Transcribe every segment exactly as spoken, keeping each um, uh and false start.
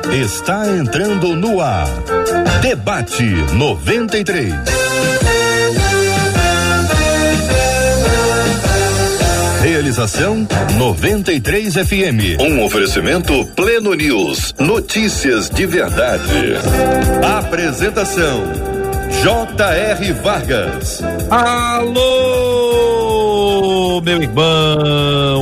Está entrando no ar. Debate noventa e três. Realização noventa e três F M. Um oferecimento Pleno News. Notícias de verdade. Apresentação J R Vargas. Alô, meu irmão.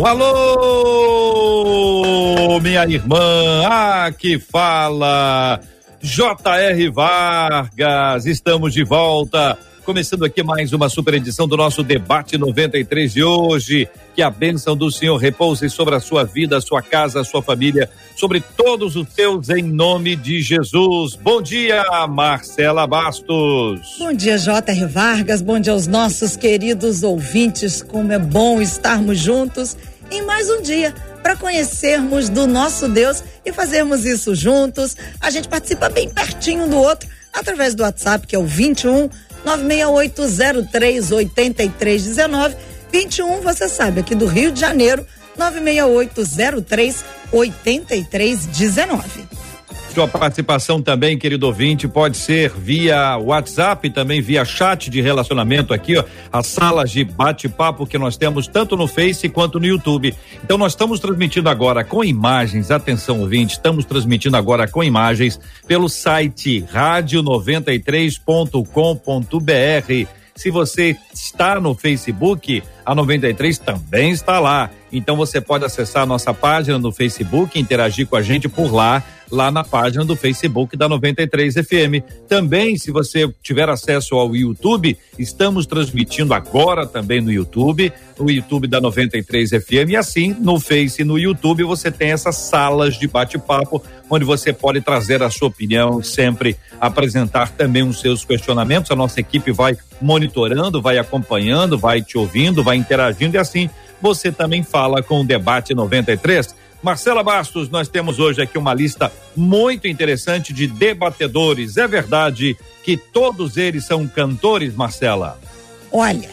Alô, minha irmã. Ah, que fala J R Vargas. Estamos de volta. Começando aqui mais uma super edição do nosso Debate noventa e três de hoje. Que a bênção do Senhor repouse sobre a sua vida, a sua casa, a sua família, sobre todos os seus, em nome de Jesus. Bom dia, Marcela Bastos. Bom dia, J R Vargas. Bom dia aos nossos queridos ouvintes. Como é bom estarmos juntos em mais um dia para conhecermos do nosso Deus e fazermos isso juntos. A gente participa bem pertinho um do outro através do WhatsApp, que é o vinte e um, nove seis oito zero três, oito três um nove. vinte e um, você sabe, aqui do Rio de Janeiro, nove seis oito zero três, oito três um nove. Sua participação também, querido ouvinte, pode ser via WhatsApp, também via chat de relacionamento aqui, ó, as salas de bate-papo que nós temos tanto no Face quanto no YouTube. Então nós estamos transmitindo agora com imagens, atenção ouvinte, estamos transmitindo agora com imagens pelo site rádio noventa e três ponto com ponto b r. Se você está no Facebook, a noventa e três também está lá. Então você pode acessar a nossa página no Facebook, interagir com a gente por lá, lá na página do Facebook da noventa e três F M. Também, se você tiver acesso ao YouTube, estamos transmitindo agora também no YouTube, no YouTube da noventa e três F M, e assim no Face e no YouTube você tem essas salas de bate-papo, onde você pode trazer a sua opinião, sempre apresentar também os seus questionamentos. A nossa equipe vai monitorando, vai acompanhando, vai te ouvindo, vai interagindo, e assim você também fala com o Debate noventa e três. Marcela Bastos, nós temos hoje aqui uma lista muito interessante de debatedores. É verdade que todos eles são cantores, Marcela? Olha,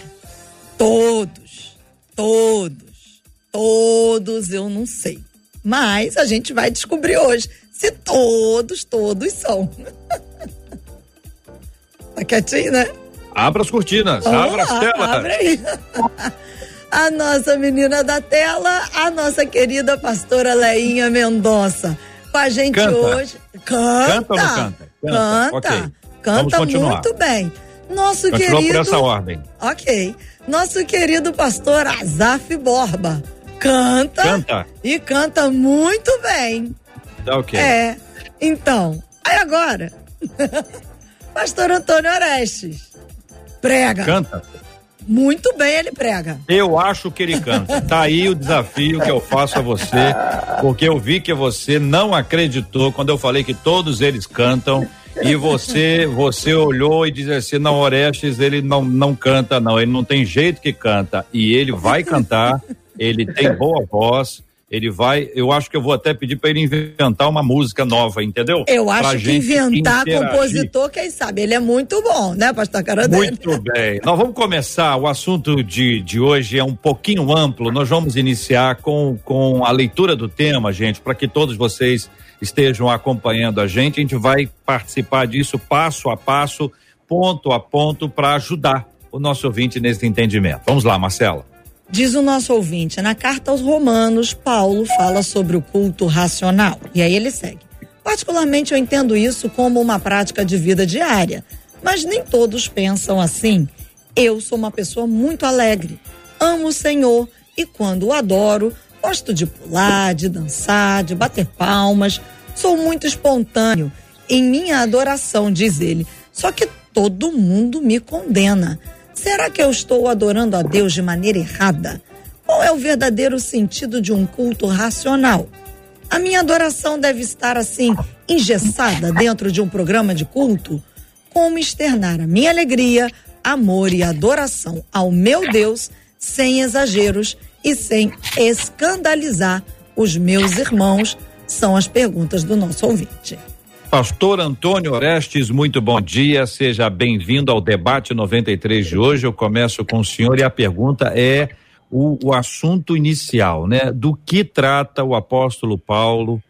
todos, todos, todos eu não sei. Mas a gente vai descobrir hoje se todos, todos são. Tá quietinho, né? Abra as cortinas, Vamos abra lá, as telas. Abre aí. A nossa menina da tela, a nossa querida pastora Leinha Mendonça, com a gente canta. hoje. Canta. Canta ou não canta? Canta. Okay. Canta muito bem. Nosso Continua querido. por essa ordem. Ok. Nosso querido pastor Azaf Borba. Canta. Canta. E canta muito bem. Tá ok. É. Então, aí agora, pastor Antônio Orestes. Prega. Canta. Muito bem ele prega. Eu acho que ele canta. Tá aí o desafio que eu faço a você, porque eu vi que você não acreditou quando eu falei que todos eles cantam, e você você olhou e disse assim, não, Orestes, ele não, não canta não, ele não tem jeito que canta, e ele vai cantar, ele tem boa voz, ele vai, eu acho que eu vou até pedir para ele inventar uma música nova, entendeu? Eu acho pra que inventar interagir. Compositor, quem sabe, ele é muito bom, né, pastor Caradei? Muito bem, nós vamos começar, o assunto de, de hoje é um pouquinho amplo, nós vamos iniciar com, com a leitura do tema, gente, para que todos vocês estejam acompanhando a gente, a gente vai participar disso passo a passo, ponto a ponto, para ajudar o nosso ouvinte nesse entendimento. Vamos lá, Marcela. Diz o nosso ouvinte, na carta aos Romanos, Paulo fala sobre o culto racional. E aí ele segue. Particularmente eu entendo isso como uma prática de vida diária, mas nem todos pensam assim. Eu sou uma pessoa muito alegre, amo o Senhor e quando o adoro, gosto de pular, de dançar, de bater palmas. Sou muito espontâneo em minha adoração, diz ele. Só que todo mundo me condena. Será que eu estou adorando a Deus de maneira errada? Qual é o verdadeiro sentido de um culto racional? A minha adoração deve estar assim, engessada dentro de um programa de culto? Como externar a minha alegria, amor e adoração ao meu Deus sem exageros e sem escandalizar os meus irmãos? São as perguntas do nosso ouvinte. Pastor Antônio Orestes, muito bom dia, seja bem-vindo ao Debate noventa e três de hoje. Eu começo com o senhor e a pergunta é o, o assunto inicial, né? Do que trata o apóstolo Paulo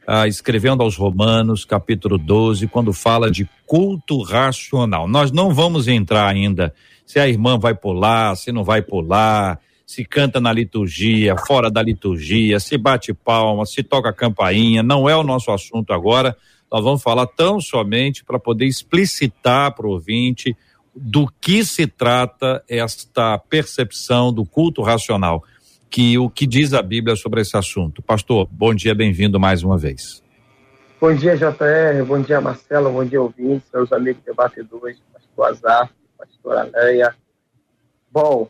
ah, escrevendo aos Romanos, capítulo doze, quando fala de culto racional. Nós não vamos entrar ainda se a irmã vai pular, se não vai pular, se canta na liturgia, fora da liturgia, se bate palma, se toca campainha, não é o nosso assunto agora. Nós vamos falar tão somente para poder explicitar para o ouvinte do que se trata esta percepção do culto racional, que o que diz a Bíblia sobre esse assunto. Pastor, bom dia, bem-vindo mais uma vez. Bom dia, J R, bom dia, Marcelo, bom dia, ouvintes, seus amigos debatedores, pastor Azaf, pastora Leia. Bom,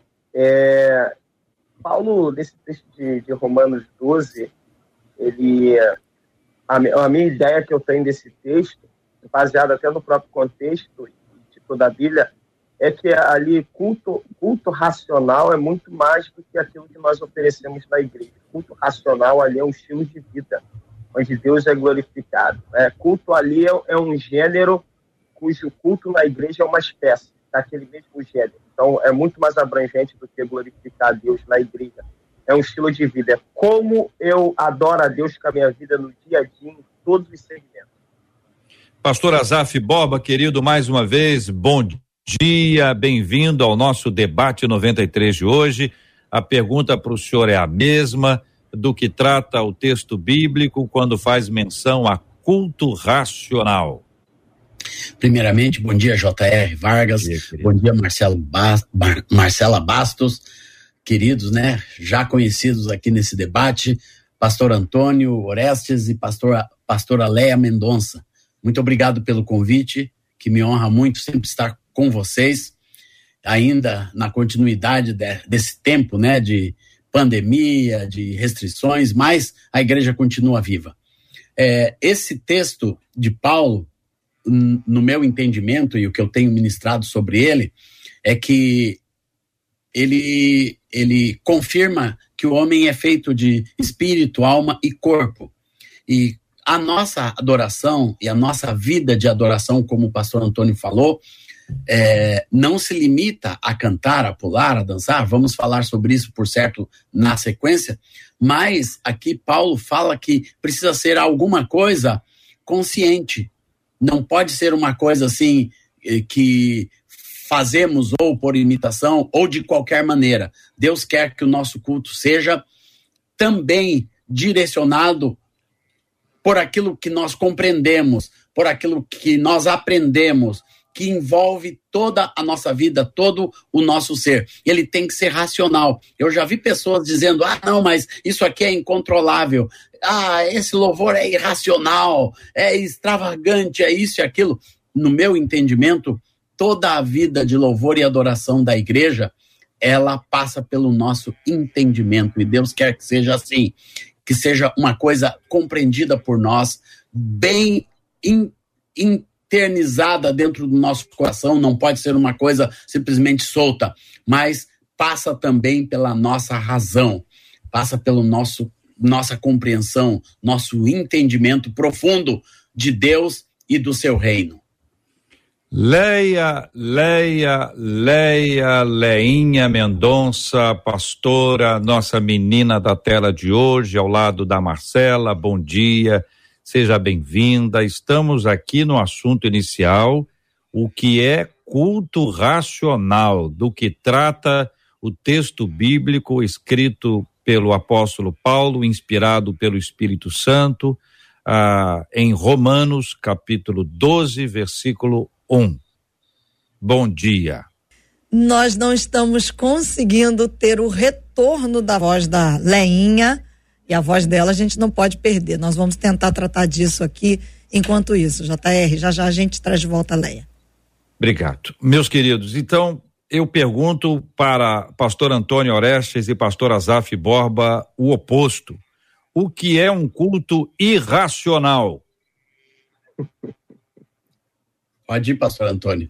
é, Paulo, nesse texto de, de Romanos doze, ele, a, a minha ideia que eu tenho desse texto, baseada até no próprio contexto tipo da Bíblia, é que ali culto, culto racional é muito mais do que aquilo que nós oferecemos na igreja. Culto racional ali é um estilo de vida, onde Deus é glorificado. É, culto ali é, é um gênero cujo culto na igreja é uma espécie daquele mesmo gênero. Então, é muito mais abrangente do que glorificar a Deus na igreja. É um estilo de vida. É como eu adoro a Deus com a minha vida no dia a dia, em todos os segmentos. Pastor Azaf Borba, querido, mais uma vez, bom dia, bem-vindo ao nosso debate noventa e três de hoje. A pergunta para o senhor é a mesma, do que trata o texto bíblico quando faz menção a culto racional. Primeiramente, bom dia, J R Vargas, bom dia, bom dia Marcelo ba- Bar- Marcela Bastos, queridos, né, já conhecidos aqui nesse debate, pastor Antônio Orestes e pastor, pastora Leia Mendonça. Muito obrigado pelo convite, que me honra muito sempre estar com vocês, ainda na continuidade de, desse tempo, né, de pandemia, de restrições, mas a igreja continua viva. É, esse texto de Paulo, no meu entendimento, e o que eu tenho ministrado sobre ele, é que ele, ele confirma que o homem é feito de espírito, alma e corpo. E a nossa adoração e a nossa vida de adoração, como o pastor Antônio falou, é, não se limita a cantar, a pular, a dançar. Vamos falar sobre isso, por certo, na sequência. Mas aqui Paulo fala que precisa ser alguma coisa consciente. Não pode ser uma coisa assim que fazemos ou por imitação ou de qualquer maneira. Deus quer que o nosso culto seja também direcionado por aquilo que nós compreendemos, por aquilo que nós aprendemos, que envolve toda a nossa vida, todo o nosso ser. Ele tem que ser racional. Eu já vi pessoas dizendo, ah, não, mas isso aqui é incontrolável. Ah, esse louvor é irracional, é extravagante, é isso e aquilo. No meu entendimento, toda a vida de louvor e adoração da igreja, ela passa pelo nosso entendimento. E Deus quer que seja assim, que seja uma coisa compreendida por nós, bem in, in, eternizada dentro do nosso coração, não pode ser uma coisa simplesmente solta, mas passa também pela nossa razão, passa pelo nosso nossa compreensão, nosso entendimento profundo de Deus e do seu reino. Leia, Leia, Leia, Leinha Mendonça, pastora, nossa menina da tela de hoje, ao lado da Marcela, bom dia. Seja bem-vinda. Estamos aqui no assunto inicial, o que é culto racional, do que trata o texto bíblico escrito pelo apóstolo Paulo, inspirado pelo Espírito Santo, ah, em Romanos, capítulo doze, versículo um. Bom dia. Nós não estamos conseguindo ter o retorno da voz da Leinha, e a voz dela a gente não pode perder. Nós vamos tentar tratar disso aqui enquanto isso. J R, já já a gente traz de volta a Leia. Obrigado. Meus queridos, então eu pergunto para pastor Antônio Orestes e pastor Azaf Borba o oposto. O que é um culto irracional? Pode ir, pastor Antônio.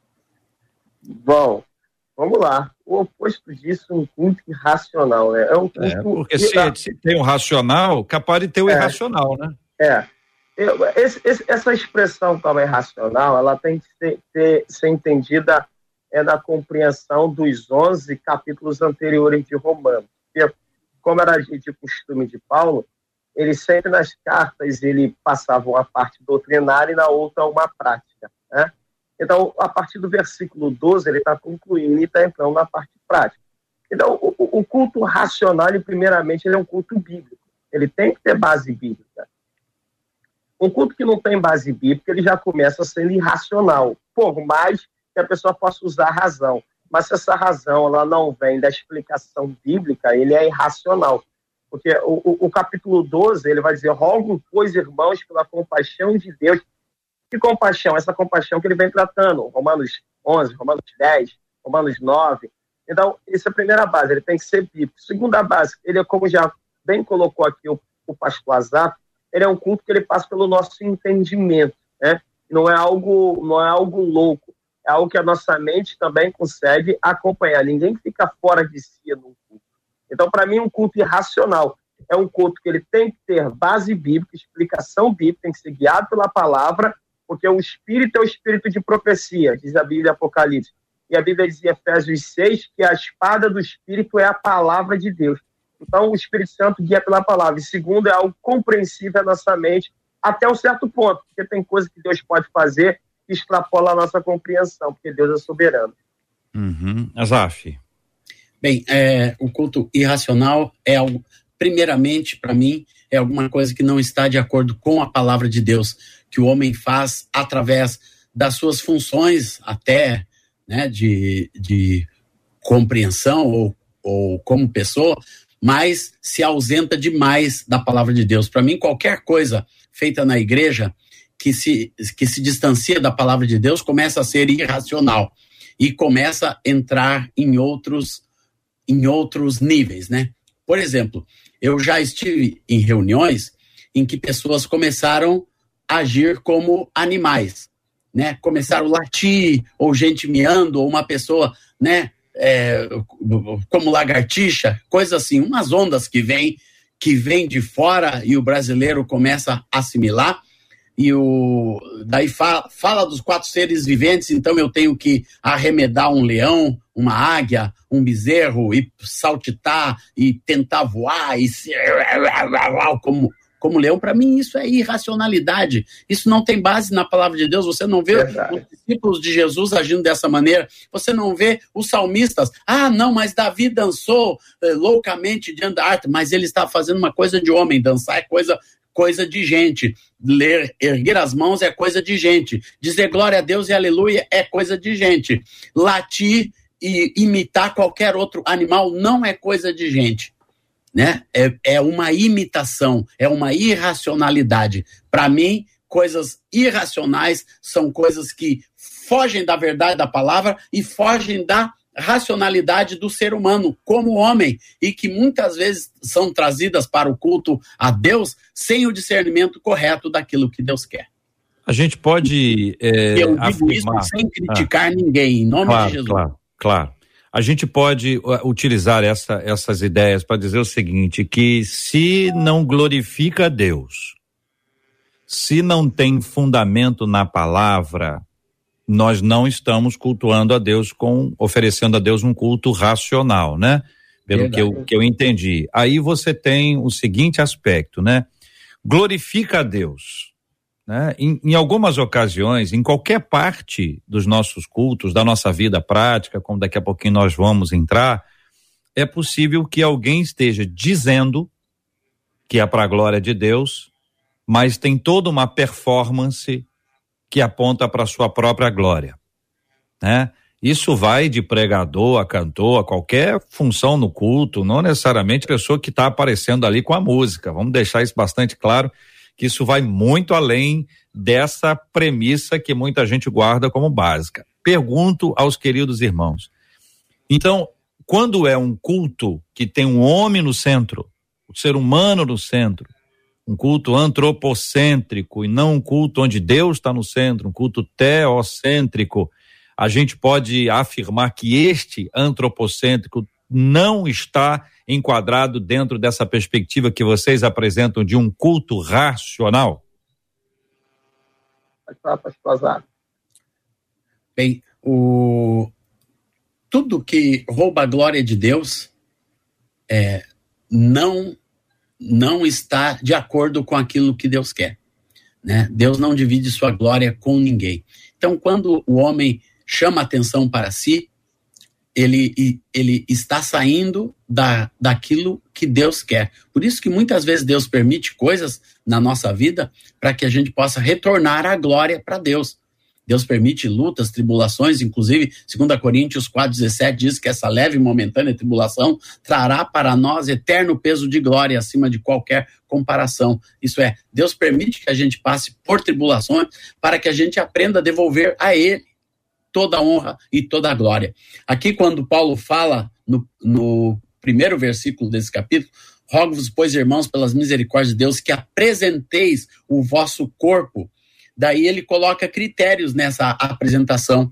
Bom, vamos lá. O oposto disso é um culto irracional, né? É um culto... É, porque se, se tem um racional, capaz de ter o é, irracional, né? É. Eu, esse, esse, essa expressão como irracional, ela tem que ser, ter, ser entendida é, na compreensão dos onze capítulos anteriores de Romanos. Porque, como era de, de costume de Paulo, ele sempre nas cartas, ele passava uma parte doutrinária e na outra uma prática, né? Então, a partir do versículo doze, ele está concluindo e está entrando na parte prática. Então, o, o culto racional, ele, primeiramente, ele é um culto bíblico. Ele tem que ter base bíblica. Um culto que não tem base bíblica, ele já começa sendo irracional. Por mais que a pessoa possa usar a razão. Mas se essa razão ela não vem da explicação bíblica, ele é irracional. Porque o, o, o capítulo doze, ele vai dizer, rogo, pois, irmãos, pela compaixão de Deus. Que compaixão? Essa compaixão que ele vem tratando. Romanos onze, Romanos dez, Romanos nove. Então, essa é a primeira base, ele tem que ser bíblico. Segunda base, ele é, como já bem colocou aqui o, o pastor Azar, ele é um culto que ele passa pelo nosso entendimento, né? Não é algo, não é algo louco, é algo que a nossa mente também consegue acompanhar. Ninguém fica fora de si no culto. Então, para mim, um culto irracional é um culto que ele tem que ter base bíblica, explicação bíblica, tem que ser guiado pela palavra, porque o Espírito é o Espírito de profecia, diz a Bíblia Apocalipse. E a Bíblia diz em Efésios seis que a espada do Espírito é a palavra de Deus. Então, o Espírito Santo guia pela palavra. E segundo, é algo compreensível à nossa mente até um certo ponto, porque tem coisas que Deus pode fazer que extrapola a nossa compreensão, porque Deus é soberano. Uhum. Azaf. Bem, é, o culto irracional é algo, primeiramente, para mim, é alguma coisa que não está de acordo com a palavra de Deus, que o homem faz através das suas funções, até, né, de, de compreensão ou, ou como pessoa, mas se ausenta demais da palavra de Deus. Para mim, qualquer coisa feita na igreja que se, que se distancia da palavra de Deus começa a ser irracional e começa a entrar em outros, em outros níveis, né? Por exemplo, eu já estive em reuniões em que pessoas começaram a agir como animais, né? Começaram a latir, ou gente miando, ou uma pessoa, né? É, como lagartixa, coisa assim, umas ondas que vêm que vem de fora e o brasileiro começa a assimilar, e o, daí fala, fala dos quatro seres viventes, então eu tenho que arremedar um leão, uma águia, um bezerro, e saltitar, e tentar voar, e ser como... como leão. Para mim isso é irracionalidade, isso não tem base na palavra de Deus. Você não vê Verdade. Os discípulos de Jesus agindo dessa maneira, você não vê os salmistas, ah não, mas Davi dançou eh, loucamente diante da arte, mas ele está fazendo uma coisa de homem, dançar é coisa, coisa de gente, ler, erguer as mãos é coisa de gente, dizer glória a Deus e aleluia é coisa de gente, latir e imitar qualquer outro animal não é coisa de gente. Né? É, é uma imitação, é uma irracionalidade. Para mim, coisas irracionais são coisas que fogem da verdade da palavra e fogem da racionalidade do ser humano como homem, e que muitas vezes são trazidas para o culto a Deus sem o discernimento correto daquilo que Deus quer. A gente pode é, Eu digo afirmar... isso sem criticar ah. ninguém, em nome claro, de Jesus. Claro, claro. A gente pode utilizar essa, essas ideias para dizer o seguinte, que se não glorifica a Deus, se não tem fundamento na palavra, nós não estamos cultuando a Deus, com, oferecendo a Deus um culto racional, né? Pelo que eu, que eu entendi. Aí você tem o seguinte aspecto, né? Glorifica a Deus. Né? Em, em algumas ocasiões, em qualquer parte dos nossos cultos, da nossa vida prática, como daqui a pouquinho nós vamos entrar, é possível que alguém esteja dizendo que é para a glória de Deus, mas tem toda uma performance que aponta para a sua própria glória, né? Isso vai de pregador a cantor, a qualquer função no culto, não necessariamente pessoa que está aparecendo ali com a música. Vamos deixar isso bastante claro, que isso vai muito além dessa premissa que muita gente guarda como básica. Pergunto aos queridos irmãos. Então, quando é um culto que tem um homem no centro, o ser humano no centro, um culto antropocêntrico e não um culto onde Deus está no centro, um culto teocêntrico, a gente pode afirmar que este antropocêntrico não está enquadrado dentro dessa perspectiva que vocês apresentam de um culto racional? Pode falar, pastor Azar. Bem, o... tudo que rouba a glória de Deus é, não não está de acordo com aquilo que Deus quer, né? Deus não divide sua glória com ninguém. Então, quando o homem chama atenção para si, ele, ele está saindo da, daquilo que Deus quer. Por isso que muitas vezes Deus permite coisas na nossa vida para que a gente possa retornar a glória para Deus. Deus permite lutas, tribulações, inclusive, segundo Coríntios quatro, dezessete, diz que essa leve e momentânea tribulação trará para nós eterno peso de glória acima de qualquer comparação. Isso é, Deus permite que a gente passe por tribulações para que a gente aprenda a devolver a Ele toda a honra e toda a glória. Aqui, quando Paulo fala no, no primeiro versículo desse capítulo, rogo-vos, pois, irmãos, pelas misericórdias de Deus, que apresenteis o vosso corpo. Daí ele coloca critérios nessa apresentação,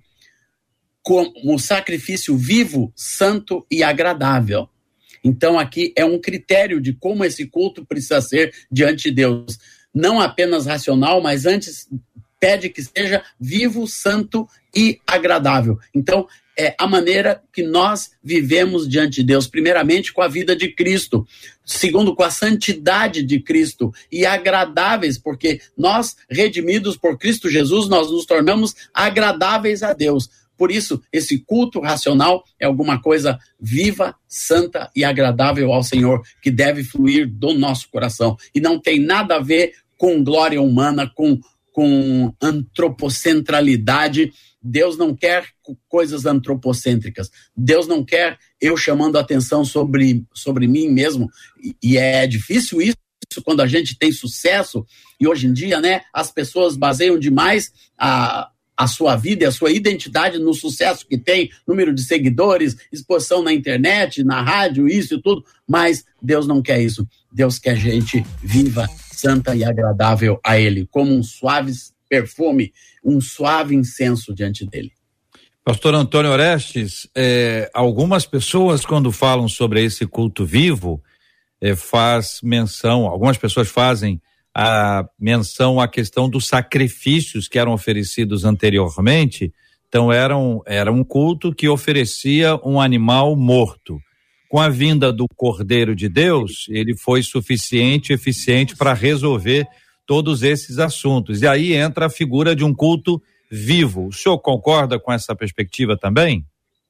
como sacrifício vivo, santo e agradável. Então aqui é um critério de como esse culto precisa ser diante de Deus. Não apenas racional, mas antes pede que seja vivo, santo e agradável. Então é a maneira que nós vivemos diante de Deus, primeiramente com a vida de Cristo, segundo com a santidade de Cristo, e agradáveis, porque nós, redimidos por Cristo Jesus, nós nos tornamos agradáveis a Deus. Por isso, esse culto racional é alguma coisa viva, santa e agradável ao Senhor, que deve fluir do nosso coração, e não tem nada a ver com glória humana, com, com antropocentralidade. Deus não quer coisas antropocêntricas. Deus não quer eu chamando a atenção sobre, sobre mim mesmo. E, e é difícil isso quando a gente tem sucesso. E hoje em dia, né, as pessoas baseiam demais a, a sua vida e a sua identidade no sucesso que tem, número de seguidores, exposição na internet, na rádio, isso e tudo. Mas Deus não quer isso. Deus quer gente viva, santa e agradável a Ele, como um suave perfume, um suave incenso diante dele. Pastor Antônio Orestes, é, algumas pessoas quando falam sobre esse culto vivo, é, faz menção, algumas pessoas fazem a menção à questão dos sacrifícios que eram oferecidos anteriormente. Então eram, era um culto que oferecia um animal morto. Com a vinda do Cordeiro de Deus, ele foi suficiente, eficiente para resolver todos esses assuntos. E aí entra a figura de um culto vivo. O senhor concorda com essa perspectiva também?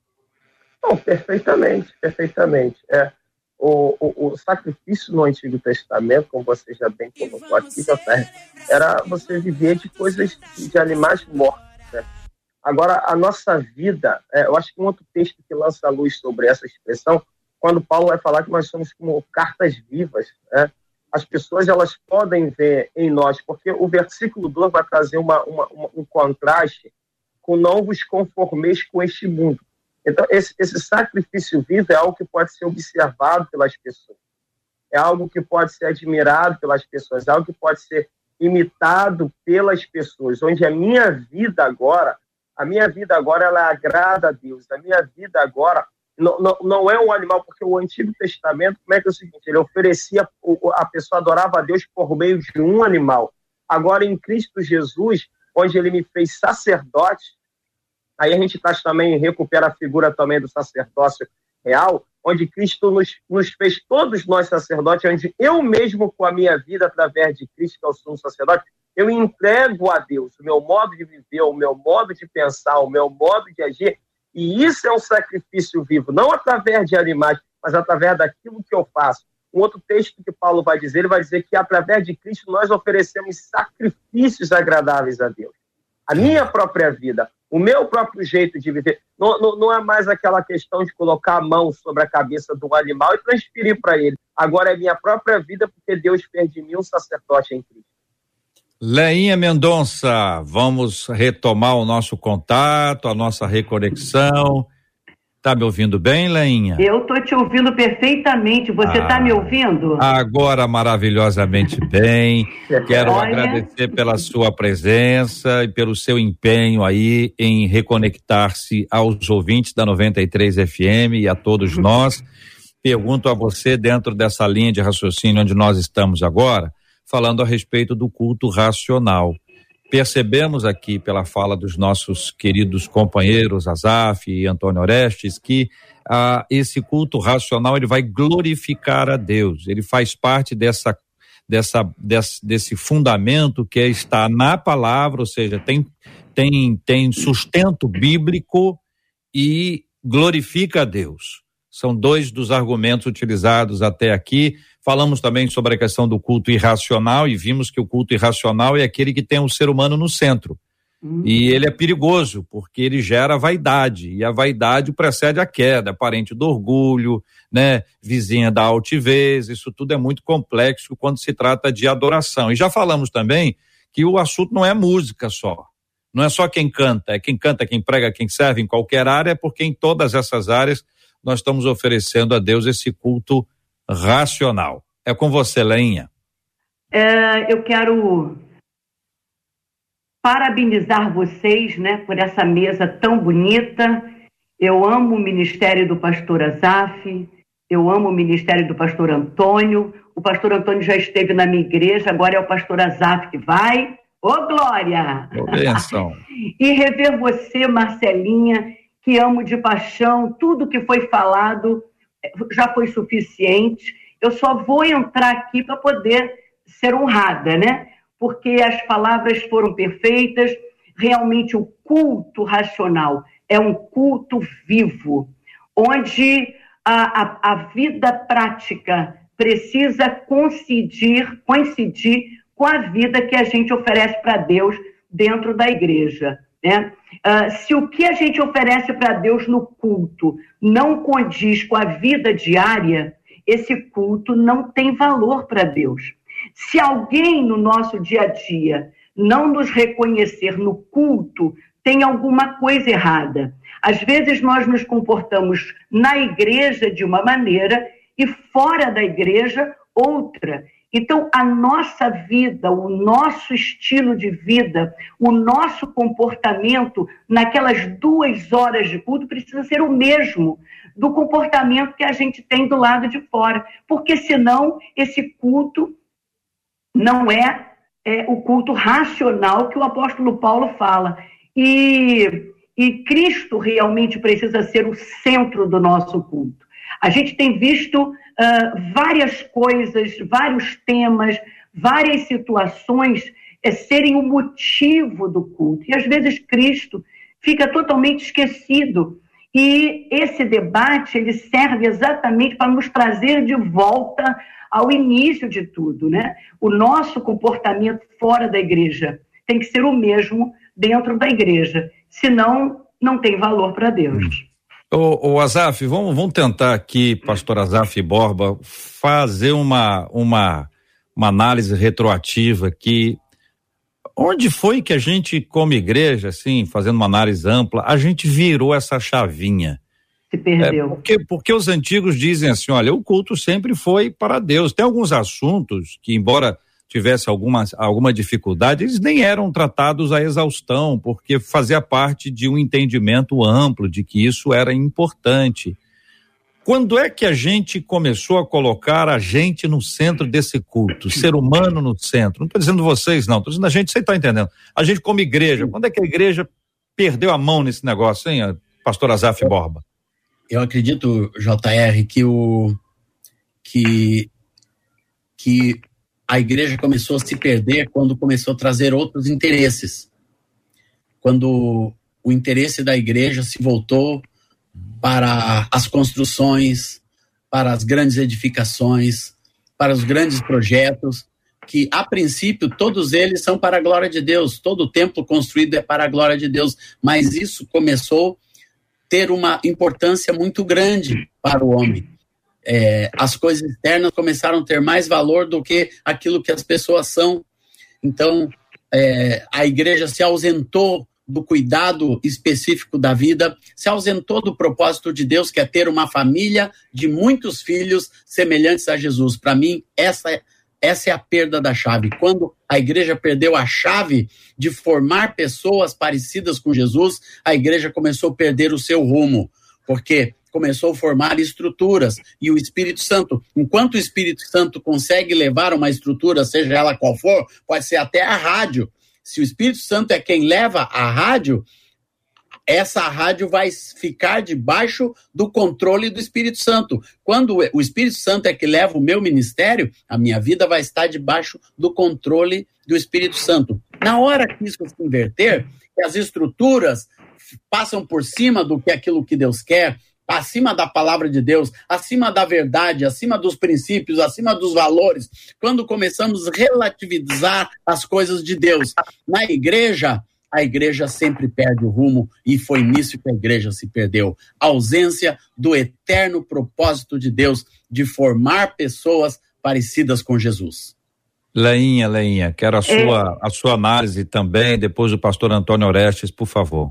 Não, perfeitamente, perfeitamente. É, o, o, o sacrifício no Antigo Testamento, como você já bem colocou aqui, era você viver de coisas, de animais mortos, né? Agora, a nossa vida, é, eu acho que um outro texto que lança a luz sobre essa expressão, quando Paulo vai falar que nós somos como cartas vivas, né? As pessoas elas podem ver em nós, porque o versículo dois vai trazer uma, uma, uma, um contraste com não vos conformeis com este mundo. Então, esse, esse sacrifício vivo é algo que pode ser observado pelas pessoas, é algo que pode ser admirado pelas pessoas, é algo que pode ser imitado pelas pessoas, onde a minha vida agora, a minha vida agora, ela agrada a Deus, a minha vida agora Não, não, não é um animal, porque o Antigo Testamento, como é que é o seguinte, ele oferecia, a pessoa adorava a Deus por meio de um animal. Agora, em Cristo Jesus, onde ele me fez sacerdote, aí a gente traz também, recupera a figura também do sacerdócio real, onde Cristo nos, nos fez todos nós sacerdotes, onde eu mesmo com a minha vida, através de Cristo, que é o sumo sacerdote, eu entrego a Deus o meu modo de viver, o meu modo de pensar, o meu modo de agir. E isso é um sacrifício vivo, não através de animais, mas através daquilo que eu faço. Um outro texto que Paulo vai dizer, ele vai dizer que através de Cristo nós oferecemos sacrifícios agradáveis a Deus. A minha própria vida, o meu próprio jeito de viver, não, não, não é mais aquela questão de colocar a mão sobre a cabeça do animal e transferir para ele. Agora é minha própria vida, porque Deus fez de mim um sacerdote em Cristo. Leinha Mendonça, vamos retomar o nosso contato, a nossa reconexão. Tá me ouvindo bem, Leinha? Eu tô te ouvindo perfeitamente. Você ah, tá me ouvindo? Agora maravilhosamente bem. Quero Olha... agradecer pela sua presença e pelo seu empenho aí em reconectar-se aos ouvintes da noventa e três F M e a todos nós. Pergunto a você, dentro dessa linha de raciocínio onde nós estamos agora, falando a respeito do culto racional. Percebemos aqui pela fala dos nossos queridos companheiros Azaf e Antônio Orestes que ah, esse culto racional ele vai glorificar a Deus, ele faz parte dessa, dessa, desse, desse fundamento que está na palavra, ou seja, tem, tem, tem sustento bíblico e glorifica a Deus. São dois dos argumentos utilizados até aqui. Falamos também sobre a questão do culto irracional e vimos que o culto irracional é aquele que tem o ser humano no centro. Hum. E ele é perigoso, porque ele gera vaidade, e a vaidade precede a queda, parente do orgulho, né, vizinha da altivez. Isso tudo é muito complexo quando se trata de adoração. E já falamos também que o assunto não é música só. Não é só quem canta, é quem canta, quem prega, quem serve em qualquer área, porque em todas essas áreas nós estamos oferecendo a Deus esse culto racional. É com você, Leinha. É, eu quero parabenizar vocês, né, por essa mesa tão bonita. Eu amo o ministério do pastor Azaf, eu amo o ministério do pastor Antônio. O pastor Antônio já esteve na minha igreja, agora é o pastor Azaf que vai. Ô, Glória! Ô, benção. E rever você, Marcelinha, que amo de paixão, tudo que foi falado já foi suficiente. Eu só vou entrar aqui para poder ser honrada, né? Porque as palavras foram perfeitas. Realmente o culto racional é um culto vivo, onde a, a, a vida prática precisa coincidir, coincidir com a vida que a gente oferece para Deus dentro da igreja, né? Uh, se o que a gente oferece para Deus no culto não condiz com a vida diária, esse culto não tem valor para Deus. Se alguém no nosso dia a dia não nos reconhecer no culto, tem alguma coisa errada. Às vezes nós nos comportamos na igreja de uma maneira e fora da igreja outra. Então, a nossa vida, o nosso estilo de vida, o nosso comportamento naquelas duas horas de culto precisa ser o mesmo do comportamento que a gente tem do lado de fora. Porque, senão, esse culto não é, é o culto racional que o apóstolo Paulo fala. E, e Cristo realmente precisa ser o centro do nosso culto. A gente tem visto Uh, várias coisas, vários temas, várias situações é, serem o motivo do culto. E às vezes Cristo fica totalmente esquecido. E esse debate ele serve exatamente para nos trazer de volta ao início de tudo, né? O nosso comportamento fora da igreja tem que ser o mesmo dentro da igreja. Senão, não tem valor para Deus. Hum. Ô, ô Azaf, vamos, vamos tentar aqui, pastor Azaf Borba, fazer uma, uma, uma análise retroativa aqui. Onde foi que a gente, como igreja, assim, fazendo uma análise ampla, a gente virou essa chavinha? Se perdeu. É, porque, porque os antigos dizem assim, olha, o culto sempre foi para Deus. Tem alguns assuntos que, embora tivesse alguma, alguma dificuldade, eles nem eram tratados à exaustão, porque fazia parte de um entendimento amplo de que isso era importante. Quando é que a gente começou a colocar a gente no centro desse culto, o ser humano no centro? Não estou dizendo vocês, não, estou dizendo a gente, você está entendendo. A gente como igreja, quando é que a igreja perdeu a mão nesse negócio, hein, pastor Azaf Borba? Eu acredito, J R, que o que que a igreja começou a se perder quando começou a trazer outros interesses. Quando o interesse da igreja se voltou para as construções, para as grandes edificações, para os grandes projetos, que a princípio todos eles são para a glória de Deus, todo o templo construído é para a glória de Deus, mas isso começou a ter uma importância muito grande para o homem. É, as coisas externas começaram a ter mais valor do que aquilo que as pessoas são. Então, é, a igreja se ausentou do cuidado específico da vida, se ausentou do propósito de Deus, que é ter uma família de muitos filhos semelhantes a Jesus. Para mim, essa é, essa é a perda da chave. Quando a igreja perdeu a chave de formar pessoas parecidas com Jesus, a igreja começou a perder o seu rumo, porque começou a formar estruturas, e o Espírito Santo, enquanto o Espírito Santo consegue levar uma estrutura, seja ela qual for, pode ser até a rádio, se o Espírito Santo é quem leva a rádio, essa rádio vai ficar debaixo do controle do Espírito Santo. Quando o Espírito Santo é que leva o meu ministério, a minha vida vai estar debaixo do controle do Espírito Santo. Na hora que isso se inverter, que as estruturas passam por cima do que aquilo que Deus quer, acima da palavra de Deus, acima da verdade, acima dos princípios, acima dos valores, quando começamos a relativizar as coisas de Deus na igreja, a igreja sempre perde o rumo, e foi nisso que a igreja se perdeu. A ausência do eterno propósito de Deus de formar pessoas parecidas com Jesus. Leinha, Leinha, quero a sua, é... a sua análise também, depois do pastor Antônio Orestes, por favor.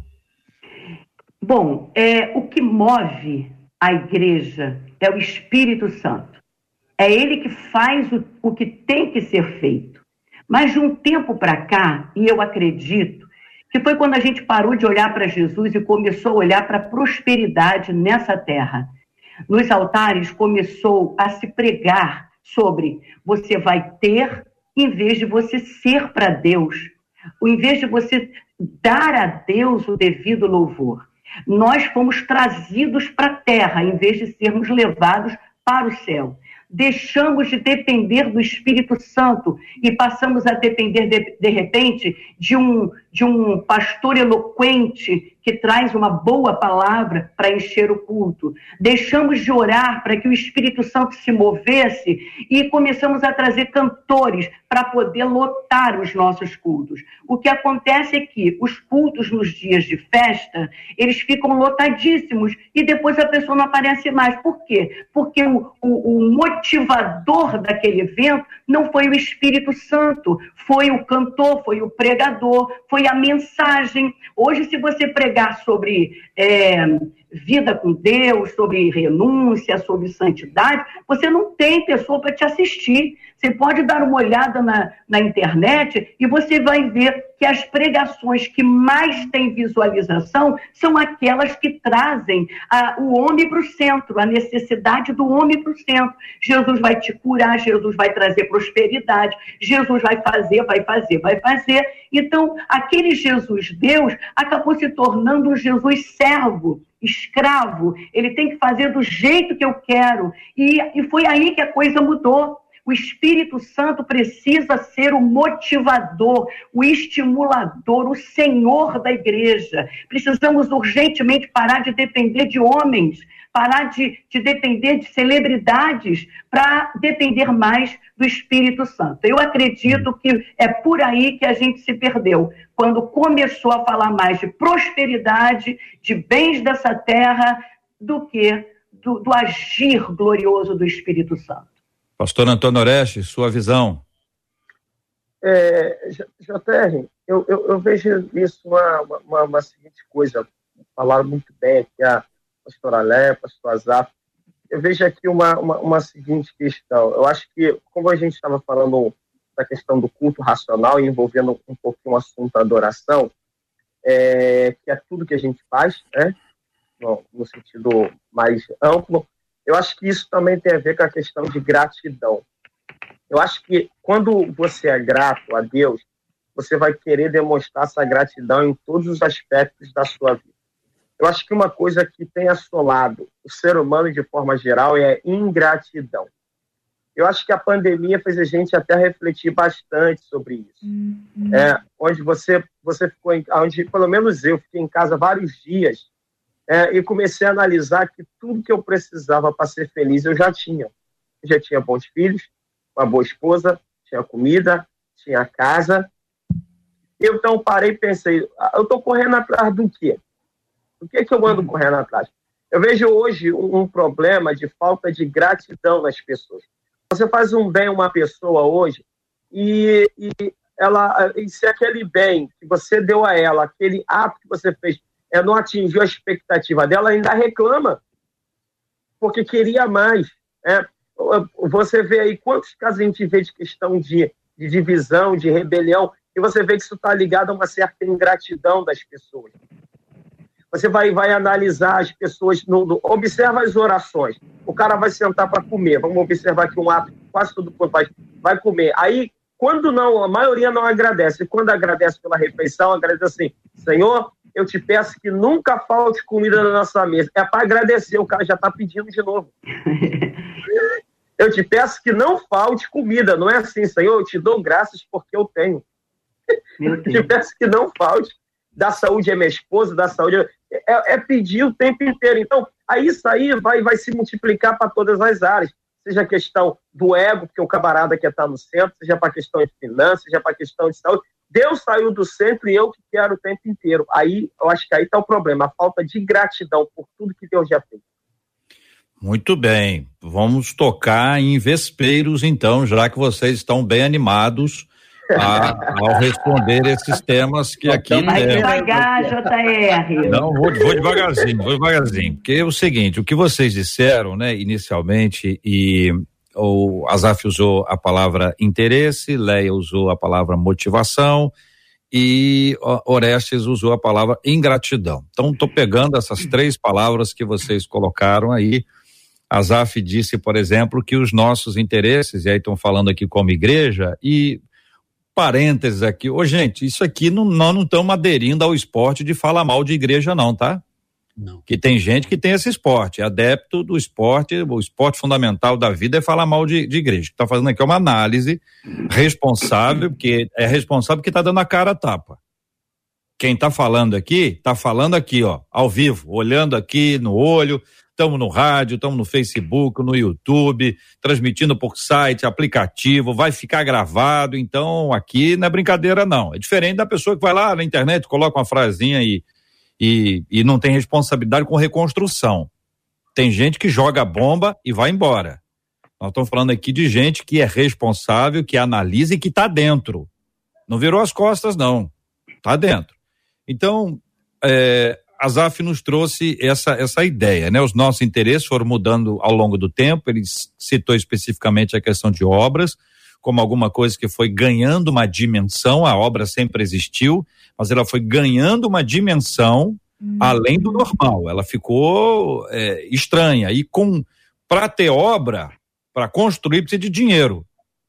Bom, é, o que move a igreja é o Espírito Santo. É ele que faz o, o que tem que ser feito. Mas de um tempo para cá, e eu acredito, que foi quando a gente parou de olhar para Jesus e começou a olhar para a prosperidade nessa terra. Nos altares começou a se pregar sobre você vai ter, em vez de você ser para Deus, em vez de você dar a Deus o devido louvor. Nós fomos trazidos para a terra, em vez de sermos levados para o céu. Deixamos de depender do Espírito Santo e passamos a depender, de, de repente, de um, de um pastor eloquente que traz uma boa palavra para encher o culto. Deixamos de orar para que o Espírito Santo se movesse e começamos a trazer cantores para poder lotar os nossos cultos. O que acontece é que os cultos nos dias de festa, eles ficam lotadíssimos e depois a pessoa não aparece mais. Por quê? Porque o, o, o motivador daquele evento não foi o Espírito Santo, foi o cantor, foi o pregador, foi a mensagem. Hoje, se você pregar sobre é, vida com Deus, sobre renúncia, sobre santidade, você não tem pessoa para te assistir. Você pode dar uma olhada na, na internet e você vai ver que as pregações que mais têm visualização são aquelas que trazem a, o homem para o centro, a necessidade do homem para o centro. Jesus vai te curar, Jesus vai trazer prosperidade, Jesus vai fazer, vai fazer, vai fazer. Então, aquele Jesus Deus acabou se tornando um Jesus servo, escravo. Ele tem que fazer do jeito que eu quero. E, e foi aí que a coisa mudou. O Espírito Santo precisa ser o motivador, o estimulador, o Senhor da igreja. Precisamos urgentemente parar de depender de homens, parar de, de depender de celebridades para depender mais do Espírito Santo. Eu acredito que é por aí que a gente se perdeu, quando começou a falar mais de prosperidade, de bens dessa terra, do que do, do agir glorioso do Espírito Santo. Pastor Antônio Orestes, sua visão. É, J R, eu, eu, eu vejo isso uma, uma, uma seguinte coisa, falaram muito bem aqui a pastora Léa, pastor Azaf. Eu vejo aqui uma, uma, uma seguinte questão. Eu acho que, como a gente estava falando da questão do culto racional, envolvendo um pouquinho o assunto da adoração, é, que é tudo que a gente faz, né, no, no sentido mais amplo, eu acho que isso também tem a ver com a questão de gratidão. Eu acho que quando você é grato a Deus, você vai querer demonstrar essa gratidão em todos os aspectos da sua vida. Eu acho que uma coisa que tem assolado o ser humano de forma geral é ingratidão. Eu acho que a pandemia fez a gente até refletir bastante sobre isso. Uhum. É, onde você, você ficou, em, onde pelo menos eu fiquei em casa vários dias, É, e comecei a analisar que tudo que eu precisava para ser feliz eu já tinha. Eu já tinha bons filhos, uma boa esposa, tinha comida, tinha casa. Eu então parei e pensei, eu estou correndo atrás do quê? O que é que eu ando correndo atrás? Eu vejo hoje um, um problema de falta de gratidão nas pessoas. Você faz um bem a uma pessoa hoje e, e, ela, e se aquele bem que você deu a ela, aquele ato que você fez, é, não atingiu a expectativa dela, ainda reclama, porque queria mais. É, você vê aí quantos casos a gente vê de questão de, de divisão, de rebelião, e você vê que isso está ligado a uma certa ingratidão das pessoas. Você vai, vai analisar as pessoas, no, no, observa as orações. O cara vai sentar para comer, vamos observar aqui um ato, quase todo mundo vai, vai comer. Aí, quando não, a maioria não agradece. E quando agradece pela refeição, agradece assim, Senhor, eu te peço que nunca falte comida na nossa mesa. É para agradecer, o cara já está pedindo de novo. Eu te peço que não falte comida, não é assim, Senhor, eu te dou graças porque eu tenho. Eu te peço que não falte. Da saúde é minha esposa, da saúde é, é, é pedir o tempo inteiro. Então, aí isso aí vai, vai se multiplicar para todas as áreas. Seja a questão do ego, porque o camarada quer estar no centro, seja para a questão de finanças, seja para a questão de saúde. Deus saiu do centro e eu que quero o tempo inteiro. Aí, eu acho que aí está o problema, a falta de gratidão por tudo que Deus já fez. Muito bem, vamos tocar em vespeiros então, já que vocês estão bem animados a, ao responder esses temas que aqui... Vai devagar, J R. Não, vou, vou devagarzinho, vou devagarzinho, porque é o seguinte, o que vocês disseram, né, inicialmente, e o Azaf usou a palavra interesse, Leia usou a palavra motivação e Orestes usou a palavra ingratidão. Então, estou pegando essas três palavras que vocês colocaram aí. Azaf disse, por exemplo, que os nossos interesses, e aí estão falando aqui como igreja, e parênteses aqui, ô gente, isso aqui não, nós não estamos aderindo ao esporte de falar mal de igreja não, tá? Não. Que tem gente que tem esse esporte, adepto do esporte, o esporte fundamental da vida é falar mal de, de igreja. O que está fazendo aqui é uma análise responsável, porque é responsável porque está dando a cara a tapa. Quem está falando aqui, está falando aqui, ó, ao vivo, olhando aqui no olho, estamos no rádio, estamos no Facebook, no YouTube, transmitindo por site, aplicativo, vai ficar gravado, então aqui não é brincadeira não, é diferente da pessoa que vai lá na internet, coloca uma frasinha e, e, e não tem responsabilidade com reconstrução. Tem gente que joga bomba e vai embora. Nós estamos falando aqui de gente que é responsável, que analisa e que está dentro. Não virou as costas não, está dentro. Então, é, a Azaf nos trouxe essa, essa ideia, né? Os nossos interesses foram mudando ao longo do tempo, ele citou especificamente a questão de obras, como alguma coisa que foi ganhando uma dimensão, a obra sempre existiu, mas ela foi ganhando uma dimensão hum. além do normal, ela ficou é, estranha, e com, para ter obra, para construir precisa de dinheiro,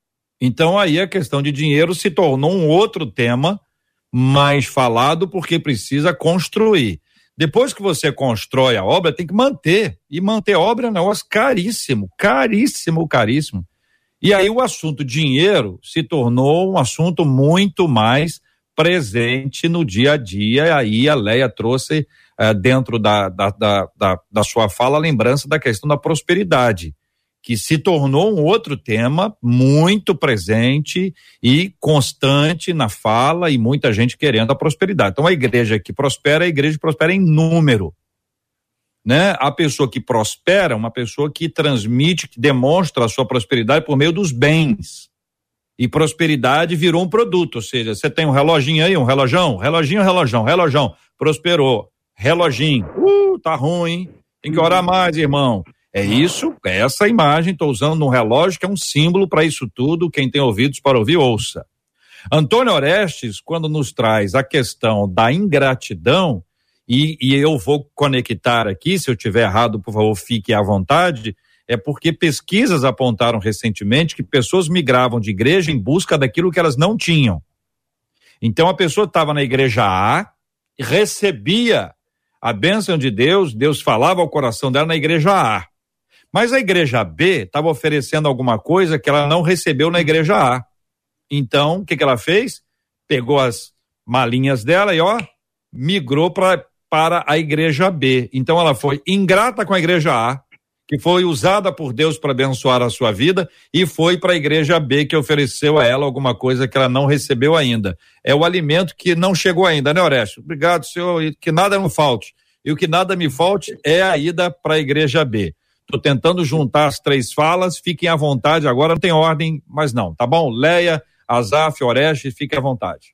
então aí a questão de dinheiro se tornou um outro tema mais falado, porque precisa construir. Depois que você constrói a obra, tem que manter. E manter obra é um negócio caríssimo, caríssimo, caríssimo. E aí o assunto dinheiro se tornou um assunto muito mais presente no dia a dia. E aí a Leia trouxe uh, dentro da, da, da, da, da sua fala a lembrança da questão da prosperidade, que se tornou um outro tema muito presente e constante na fala e muita gente querendo a prosperidade. Então a igreja que prospera, a igreja prospera em número, né? A pessoa que prospera, uma pessoa que transmite, que demonstra a sua prosperidade por meio dos bens. E prosperidade virou um produto, ou seja, você tem um reloginho aí, um relojão, reloginho, relojão, relojão, prosperou, reloginho, uh, tá ruim, tem que orar mais, irmão. É isso, é essa imagem, estou usando um relógio que é um símbolo para isso tudo, quem tem ouvidos para ouvir, ouça. Antônio Orestes, quando nos traz a questão da ingratidão, e, e eu vou conectar aqui, se eu tiver errado, por favor, fique à vontade, é porque pesquisas apontaram recentemente que pessoas migravam de igreja em busca daquilo que elas não tinham. Então a pessoa estava na igreja A, recebia a bênção de Deus, Deus falava ao coração dela na igreja A. Mas a igreja B estava oferecendo alguma coisa que ela não recebeu na igreja A. Então, o que, que ela fez? Pegou as malinhas dela e, ó, migrou pra, para a igreja B. Então, ela foi ingrata com a igreja A, que foi usada por Deus para abençoar a sua vida, e foi para a igreja B, que ofereceu a ela alguma coisa que ela não recebeu ainda. É o alimento que não chegou ainda, né, Orestes? Obrigado, Senhor, e que nada me falte. E o que nada me falte é a ida para a igreja B. Estou tentando juntar as três falas, fiquem à vontade, agora não tem ordem, mas não, tá bom? Leia, Azaf, Orestes, fiquem à vontade.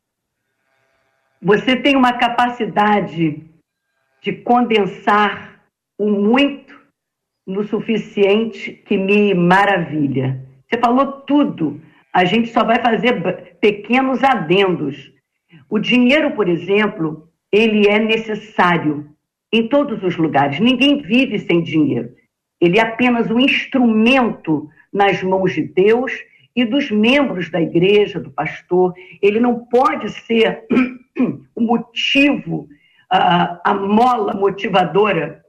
Você tem uma capacidade de condensar o muito no suficiente que me maravilha. Você falou tudo, a gente só vai fazer pequenos adendos. O dinheiro, por exemplo, ele é necessário em todos os lugares, ninguém vive sem dinheiro. Ele é apenas um instrumento nas mãos de Deus e dos membros da igreja, do pastor. Ele não pode ser o motivo a, a mola motivadora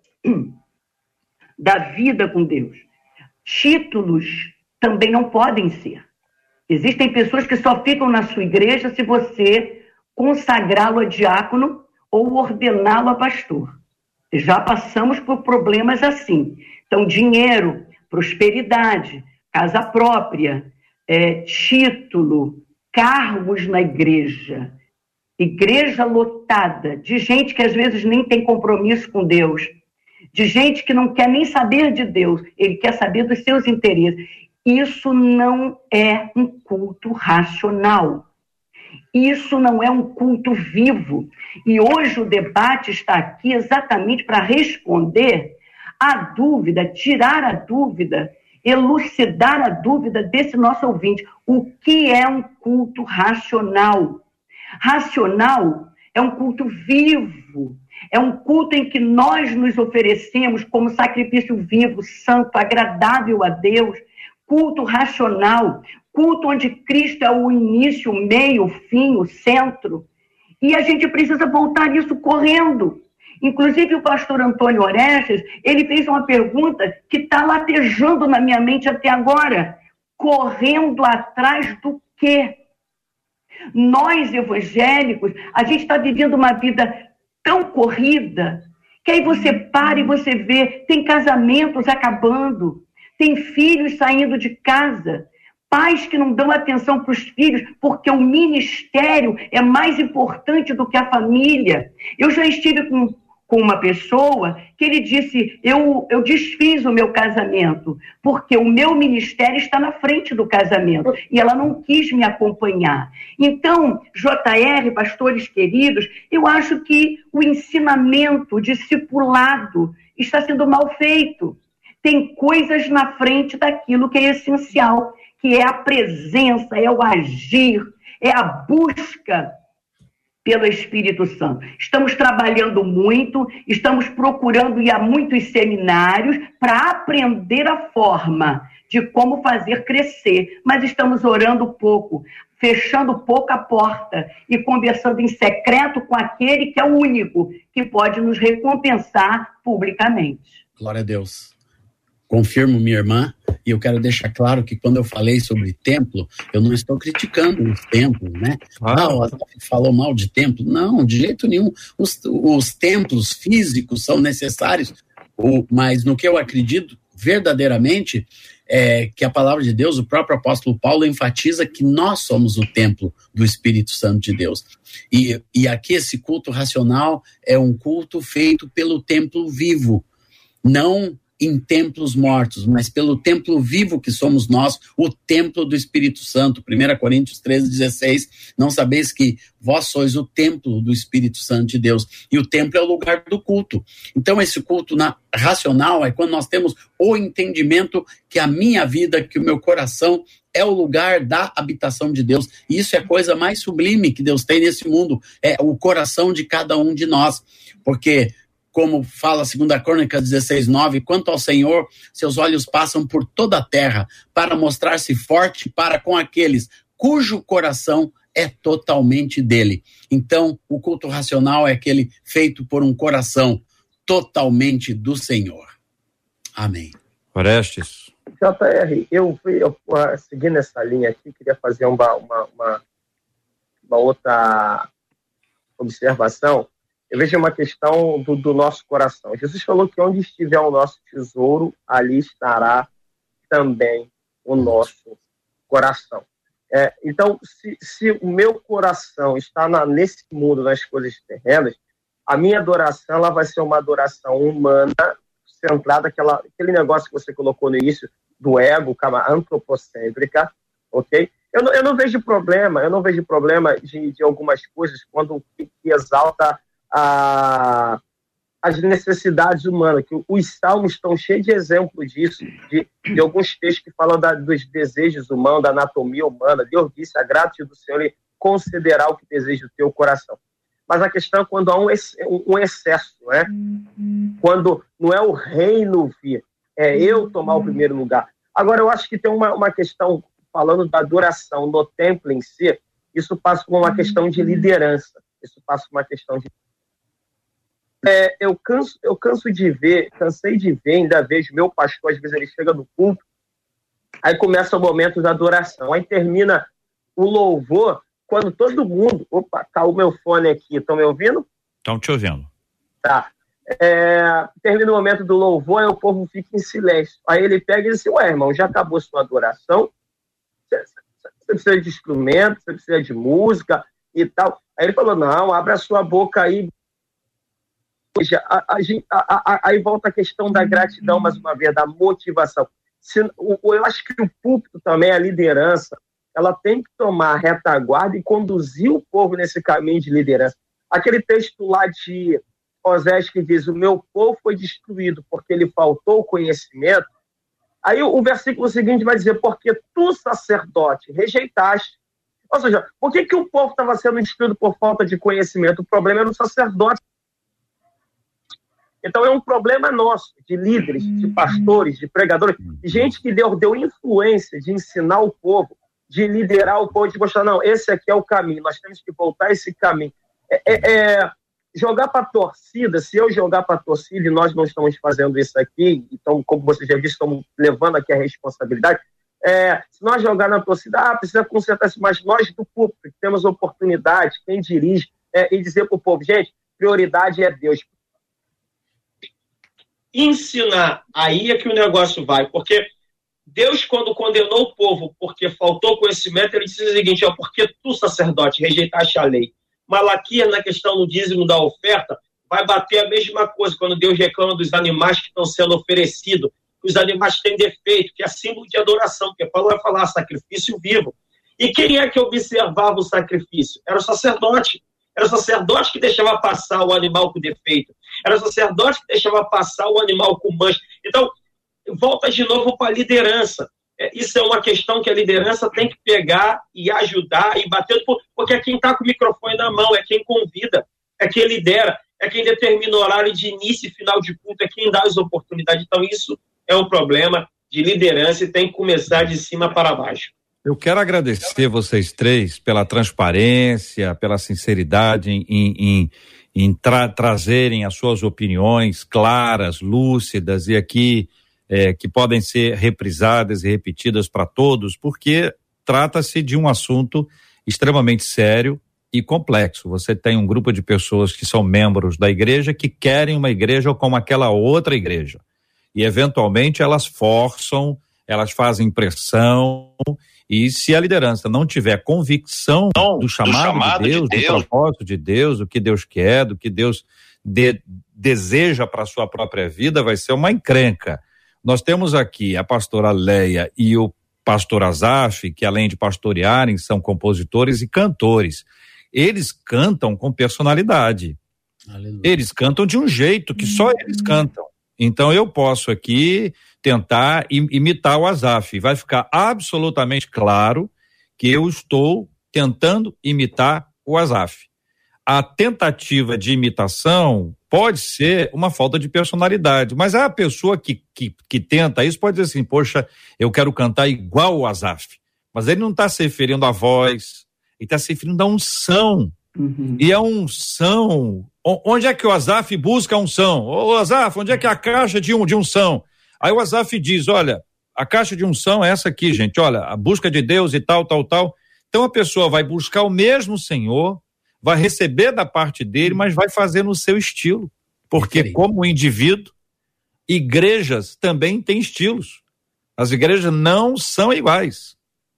da vida com Deus. Títulos também não podem ser. Existem pessoas que só ficam na sua igreja se você consagrá-lo a diácono ou ordená-lo a pastor. Já passamos por problemas assim. Então, dinheiro, prosperidade, casa própria, é, título, cargos na igreja, igreja lotada, de gente que às vezes nem tem compromisso com Deus, de gente que não quer nem saber de Deus, ele quer saber dos seus interesses. Isso não é um culto racional. Isso não é um culto vivo. E hoje o debate está aqui exatamente para responder a dúvida, tirar a dúvida, elucidar a dúvida desse nosso ouvinte. O que é um culto racional? Racional é um culto vivo, é um culto em que nós nos oferecemos como sacrifício vivo, santo, agradável a Deus. Culto racional, culto onde Cristo é o início, o meio, o fim, o centro. E a gente precisa voltar nisso correndo. Inclusive o pastor Antônio Orestes, ele fez uma pergunta que está latejando na minha mente até agora. Correndo atrás do quê? Nós, evangélicos, a gente está vivendo uma vida tão corrida, que aí você para e você vê, tem casamentos acabando, tem filhos saindo de casa, pais que não dão atenção para os filhos, porque o ministério é mais importante do que a família. Eu já estive com, com uma pessoa que ele disse, eu, eu desfiz o meu casamento, porque o meu ministério está na frente do casamento, e ela não quis me acompanhar. Então, J R, pastores queridos, eu acho que o ensinamento, o discipulado, está sendo mal feito. Tem coisas na frente daquilo que é essencial, que é a presença, é o agir, é a busca pelo Espírito Santo. Estamos trabalhando muito, estamos procurando ir a muitos seminários para aprender a forma de como fazer crescer, mas estamos orando pouco, fechando pouco a porta e conversando em secreto com aquele que é o único que pode nos recompensar publicamente. Glória a Deus. Confirmo, minha irmã, e eu quero deixar claro que quando eu falei sobre templo, eu não estou criticando os templos, né? Ah, o Azaf falou mal de templo. Não, de jeito nenhum. Os, os templos físicos são necessários, mas no que eu acredito verdadeiramente é que a palavra de Deus, o próprio apóstolo Paulo enfatiza que nós somos o templo do Espírito Santo de Deus. E, e aqui esse culto racional é um culto feito pelo templo vivo, não em templos mortos, mas pelo templo vivo que somos nós, o templo do Espírito Santo. primeira Coríntios treze, dezesseis, não sabeis que vós sois o templo do Espírito Santo de Deus, e o templo é o lugar do culto. Então esse culto na, racional é quando nós temos o entendimento que a minha vida, que o meu coração é o lugar da habitação de Deus, e isso é a coisa mais sublime que Deus tem nesse mundo, é o coração de cada um de nós, porque como fala a segunda Crônicas dezesseis, nove, quanto ao Senhor, seus olhos passam por toda a terra para mostrar-se forte para com aqueles cujo coração é totalmente dele. Então, o culto racional é aquele feito por um coração totalmente do Senhor. Amém. Orestes. J R, eu, eu seguindo essa linha aqui, queria fazer uma, uma, uma, uma outra observação. Eu vejo uma questão do, do nosso coração. Jesus falou que onde estiver o nosso tesouro, ali estará também o nosso coração. É, então, se, se o meu coração está na, nesse mundo, nas coisas terrenas, a minha adoração ela vai ser uma adoração humana, centrada, aquela, aquele negócio que você colocou no início, do ego, antropocêntrica, ok? Eu não, eu não vejo problema, eu não vejo problema de, de algumas coisas quando que exalta A, as necessidades humanas, que os salmos estão cheios de exemplos disso, de, de alguns textos que falam da, dos desejos humanos, da anatomia humana. Deus disse, a graça do Senhor Ele concederá o que deseja o teu coração. Mas a questão é quando há um, um excesso, né? Uhum. Quando não é o reino vir, é eu tomar o primeiro lugar. Agora, eu acho que tem uma, uma questão, falando da adoração no templo em si, isso passa por uma questão de liderança, isso passa por uma questão de É, eu, canso, eu canso de ver, cansei de ver, ainda vejo meu pastor, às vezes ele chega no culto, aí começa o momento da adoração, aí termina o louvor, quando todo mundo... Opa, tá o meu fone aqui, estão me ouvindo? Estão te ouvindo. Tá. É, termina o momento do louvor, aí o povo fica em silêncio. Aí ele pega e diz assim, ué, irmão, já acabou sua adoração? Você, você precisa de instrumento, você precisa de música e tal. Aí ele falou, não, abra a sua boca aí. A, a, a, a, aí volta a questão da gratidão, mais uma vez, da motivação. Se, o, eu acho que o púlpito também, a liderança, ela tem que tomar a retaguarda e conduzir o povo nesse caminho de liderança. Aquele texto lá de Osés que diz, o meu povo foi destruído porque lhe faltou conhecimento. Aí o, o versículo seguinte vai dizer, porque tu, sacerdote, rejeitaste. Ou seja, por que, que o povo estava sendo destruído por falta de conhecimento? O problema era o sacerdote. Então é um problema nosso, de líderes, de pastores, de pregadores, de gente que deu, deu influência de ensinar o povo, de liderar o povo, de mostrar, não, esse aqui é o caminho, nós temos que voltar esse caminho. É, é, é, jogar para a torcida, se eu jogar para a torcida e nós não estamos fazendo isso aqui, então, como você já disse, estamos levando aqui a responsabilidade, é, se nós jogar na torcida, ah, precisa consertar isso, mas nós do público, que temos oportunidade, quem dirige, é, e dizer para o povo, gente, prioridade é Deus. Ensinar, aí é que o negócio vai, porque Deus, quando condenou o povo porque faltou conhecimento, ele disse o seguinte, ó, porque tu, sacerdote, rejeitaste a lei. Malaquias, na questão do dízimo da oferta, vai bater a mesma coisa quando Deus reclama dos animais que estão sendo oferecidos, que os animais têm defeito, que é símbolo de adoração, porque Paulo vai falar sacrifício vivo. E quem é que observava o sacrifício? Era o sacerdote. Era o sacerdote que deixava passar o animal com defeito. Era o sacerdote que deixava passar o animal com mancha. Então, volta de novo para a liderança. É, isso é uma questão que a liderança tem que pegar e ajudar e bater, porque é quem está com o microfone na mão, é quem convida, é quem lidera, é quem determina o horário de início e final de culto, é quem dá as oportunidades. Então, isso é um problema de liderança e tem que começar de cima para baixo. Eu quero agradecer vocês três pela transparência, pela sinceridade em, em, em tra- trazerem as suas opiniões claras, lúcidas e aqui é, que podem ser reprisadas e repetidas para todos, porque trata-se de um assunto extremamente sério e complexo. Você tem um grupo de pessoas que são membros da igreja que querem uma igreja como aquela outra igreja e eventualmente elas forçam, elas fazem pressão. E se a liderança não tiver convicção não, do, chamado do chamado de Deus, de Deus, do propósito de Deus, do que Deus quer, do que Deus de, deseja para a sua própria vida, vai ser uma encrenca. Nós temos aqui a pastora Leia e o pastor Azaf, que além de pastorearem, são compositores e cantores. Eles cantam com personalidade. Aleluia. Eles cantam de um jeito que só eles cantam. Então eu posso aqui tentar imitar o Azaf. Vai ficar absolutamente claro que eu estou tentando imitar o Azaf. A tentativa de imitação pode ser uma falta de personalidade, mas a pessoa que, que, que tenta isso pode dizer assim, poxa, eu quero cantar igual o Azaf. Mas ele não está se referindo à voz, ele está se referindo à unção. Uhum. E a unção, onde é que o Azaf busca a unção? Ô Azaf, onde é que é a caixa de, um, de unção? Aí o Azaf diz, olha, a caixa de unção é essa aqui, gente, olha, a busca de Deus e tal, tal, tal. Então a pessoa vai buscar o mesmo Senhor, vai receber da parte dele, mas vai fazer no seu estilo. Porque como indivíduo, igrejas também têm estilos. As igrejas não são iguais.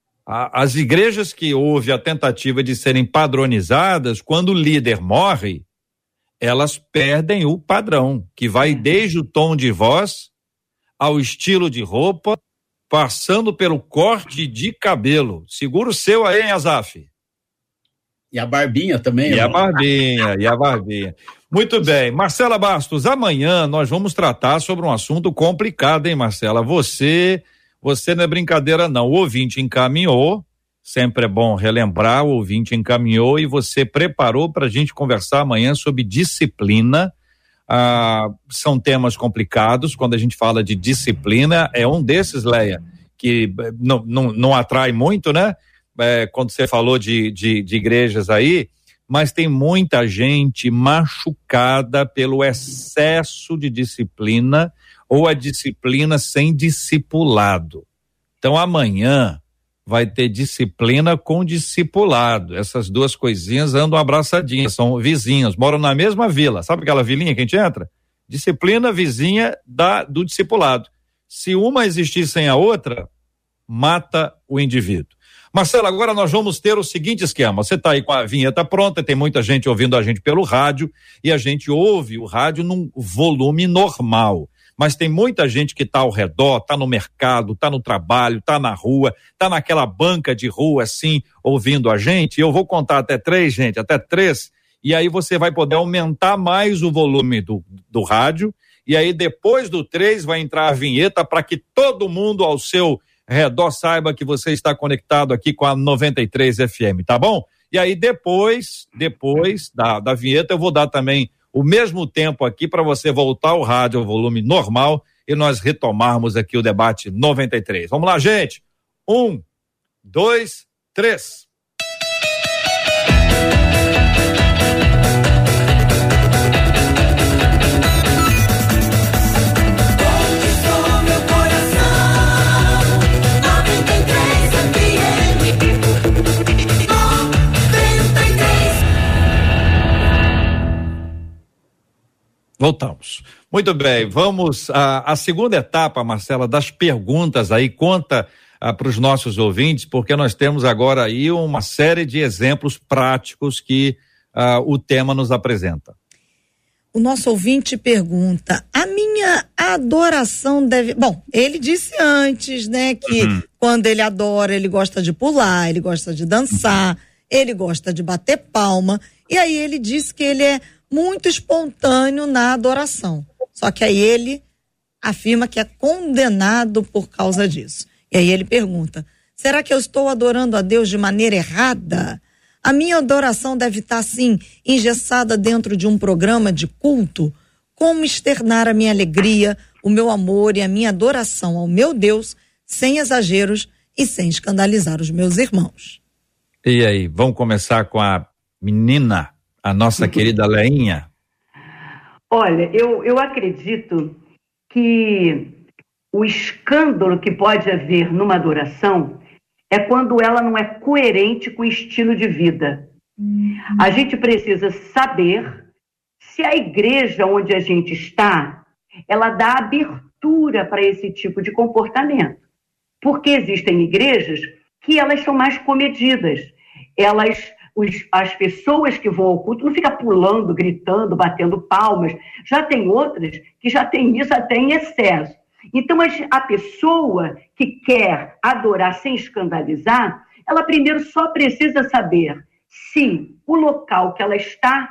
As igrejas que houve a tentativa de serem padronizadas, quando o líder morre, elas perdem o padrão, que vai desde o tom de voz ao estilo de roupa, passando pelo corte de cabelo. Segura o seu aí, hein, Azaf? E a barbinha também. E a barbinha, e a barbinha. Muito bem. Marcela Bastos, amanhã nós vamos tratar sobre um assunto complicado, hein, Marcela? Você, você não é brincadeira, não. O ouvinte encaminhou, sempre é bom relembrar, o ouvinte encaminhou e você preparou para a gente conversar amanhã sobre disciplina. Ah, são temas complicados, quando a gente fala de disciplina, é um desses, Leia, que não, não, não atrai muito, né? É, quando você falou de, de, de igrejas aí, mas tem muita gente machucada pelo excesso de disciplina ou a disciplina sem discipulado. Então amanhã vai ter disciplina com discipulado. Essas duas coisinhas andam abraçadinhas, são vizinhos, moram na mesma vila. Sabe aquela vilinha que a gente entra? Disciplina vizinha da, do discipulado. Se uma existir sem a outra, mata o indivíduo. Marcelo, agora nós vamos ter o seguinte esquema. Você está aí com a vinheta pronta, tem muita gente ouvindo a gente pelo rádio e a gente ouve o rádio num volume normal. Mas tem muita gente que está ao redor, está no mercado, está no trabalho, está na rua, está naquela banca de rua assim, ouvindo a gente. Eu vou contar até três, gente, até três, e aí você vai poder aumentar mais o volume do, do rádio, e aí depois do três vai entrar a vinheta para que todo mundo ao seu redor saiba que você está conectado aqui com a noventa e três F M, tá bom? E aí depois, depois da, da vinheta eu vou dar também o mesmo tempo aqui para você voltar ao rádio ao volume normal e nós retomarmos aqui o debate noventa e três. Vamos lá, gente. Um, dois, três. Voltamos. Muito bem, vamos à, à segunda etapa, Marcela, das perguntas aí, conta ah, para os nossos ouvintes, porque nós temos agora aí uma série de exemplos práticos que ah, o tema nos apresenta. O nosso ouvinte pergunta, a minha adoração deve... Bom, ele disse antes, né, que uhum. quando ele adora, ele gosta de pular, ele gosta de dançar, uhum. ele gosta de bater palma, e aí ele disse que ele é muito espontâneo na adoração. Só que aí ele afirma que é condenado por causa disso. E aí ele pergunta, será que eu estou adorando a Deus de maneira errada? A minha adoração deve estar, assim, engessada dentro de um programa de culto? Como externar a minha alegria, o meu amor e a minha adoração ao meu Deus, sem exageros e sem escandalizar os meus irmãos? E aí, vamos começar com a menina, a nossa querida Leinha. Olha, eu, eu acredito que o escândalo que pode haver numa adoração é quando ela não é coerente com o estilo de vida. Uhum. A gente precisa saber se a igreja onde a gente está, ela dá abertura para esse tipo de comportamento. Porque existem igrejas que elas são mais comedidas. Elas... Os, as pessoas que vão ao culto não ficam pulando, gritando, batendo palmas. Já tem outras que já tem isso até em excesso. Então, a, a pessoa que quer adorar sem escandalizar, ela primeiro só precisa saber se o local que ela está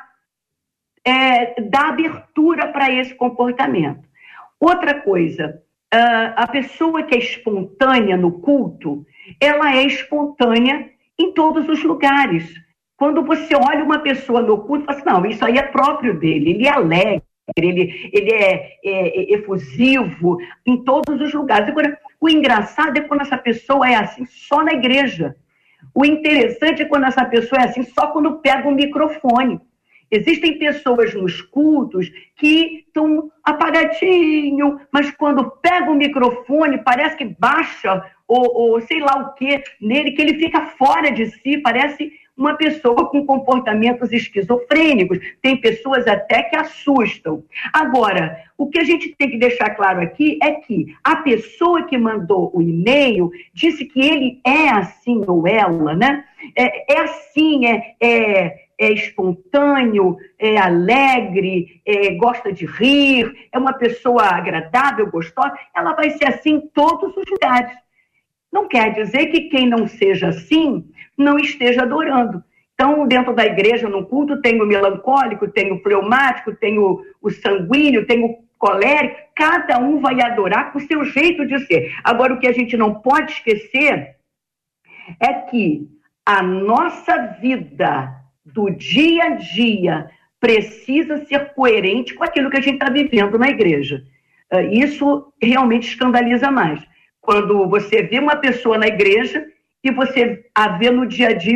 é, dá abertura para esse comportamento. Outra coisa, a pessoa que é espontânea no culto, ela é espontânea em todos os lugares. Quando você olha uma pessoa no culto, você fala assim, não, isso aí é próprio dele, ele é alegre, ele, ele é, é, é efusivo em todos os lugares. Agora, o engraçado é quando essa pessoa é assim só na igreja. O interessante é quando essa pessoa é assim só quando pega o microfone. Existem pessoas nos cultos que estão apagadinho, mas quando pega o microfone, parece que baixa ou, ou sei lá o que nele, que ele fica fora de si, parece uma pessoa com comportamentos esquizofrênicos. Tem pessoas até que assustam. Agora, o que a gente tem que deixar claro aqui é que a pessoa que mandou o e-mail disse que ele é assim, ou ela, né? É, é assim, é... é é espontâneo, é alegre, é, gosta de rir, é uma pessoa agradável, gostosa, ela vai ser assim em todos os lugares. Não quer dizer que quem não seja assim não esteja adorando. Então, dentro da igreja, no culto, tem o melancólico, tem o fleumático, tem o, o sanguíneo, tem o colérico, cada um vai adorar com o seu jeito de ser. Agora, o que a gente não pode esquecer é que a nossa vida do dia a dia precisa ser coerente com aquilo que a gente está vivendo na igreja. Isso realmente escandaliza mais. Quando você vê uma pessoa na igreja e você a vê no dia a dia, você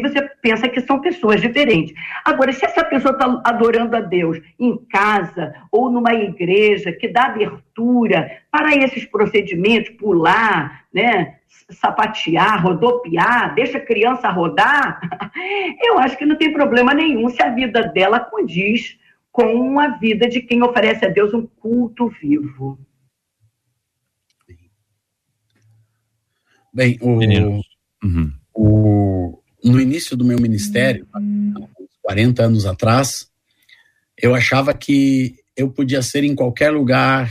pensa que são pessoas diferentes. Agora, se essa pessoa está adorando a Deus em casa ou numa igreja que dá abertura para esses procedimentos, pular, né, sapatear, rodopiar, deixa a criança rodar, eu acho que não tem problema nenhum se a vida dela condiz com a vida de quem oferece a Deus um culto vivo. Bem, o, uhum. o, no início do meu ministério, uhum. quarenta anos atrás, eu achava que eu podia ser em qualquer lugar